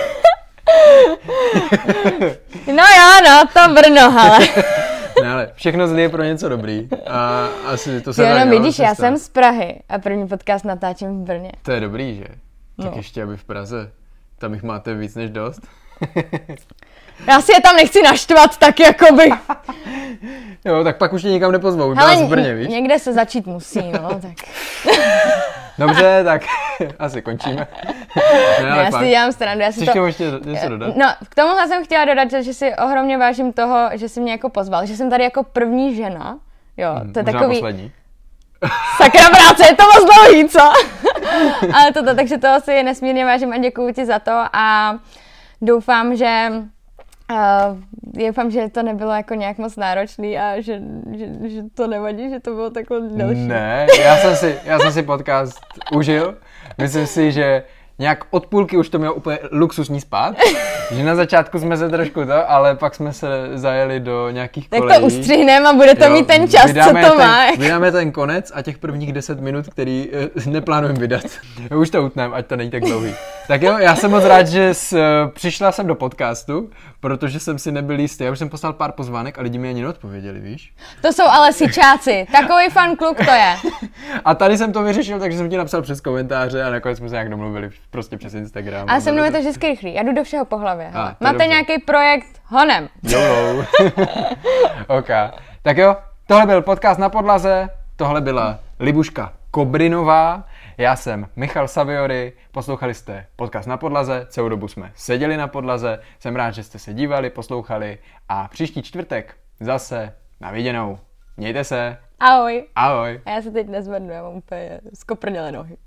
No, to Brno, ale... Ne, ale všechno zlý je pro něco dobrý a asi to se dá. Jo, vidíš, já jsem z Prahy a první podcast natáčím v Brně. To je dobrý, že? Tak ještě aby v Praze. Tam jich máte víc než dost. Já si je tam nechci naštvat, tak jakoby. Jo, tak pak už tě nikam nepozvou, byla z Brně, víš? Někde se začít musí, no, tak. Dobře, tak asi končíme. Ne, já si dělám stranu. Chceš to... ještě něco dodat? No, k tomuhle jsem chtěla dodat, že si ohromně vážím toho, že jsi mě jako pozval, že jsem tady jako první žena. Jo, to je takový... poslední. Sakra práce, je to moc dlouhý, co? Ale takže toho si nesmírně vážím a děkuju ti za to a doufám, že Doufám, že to nebylo jako nějak moc náročný a že to nevadí, že to bylo takhle delší. Ne, já jsem si podcast užil. Myslím si, že nějak od půlky už to mělo úplně luxusní spát, že na začátku jsme se trošku ale pak jsme se zajeli do nějakých kolejí. Tak to ustřihneme a bude to mít ten čas, co to má. Vydáme ten konec a těch prvních 10 minut, který neplánujeme vydat. Už to utneme, ať to není tak dlouhý. Tak jo, já jsem moc rád, že přišla jsem do podcastu, protože jsem si nebyl jistý. Já už jsem poslal pár pozvánek a lidi mi ani neodpověděli, víš? To jsou ale sičáci. Takový fanklub to je. A tady jsem to vyřešil, takže jsem ti napsal přes komentáře a nakonec jsme se nějak domluvili prostě přes Instagram. A se mnou je to vždycky rychlý. Já jdu do všeho po hlavě. Máte dobře. nějaký projekt? Honem. Jo. OK. Tak jo, tohle byl podcast Na podlaze, tohle byla Libuška Kobrinová, já jsem Michal Saviory, poslouchali jste podcast Na podlaze, celou dobu jsme seděli na podlaze, jsem rád, že jste se dívali, poslouchali a příští čtvrtek zase na viděnou. Mějte se. Ahoj. Ahoj. A já se teď nezvednu, já mám úplně skoprnělé nohy.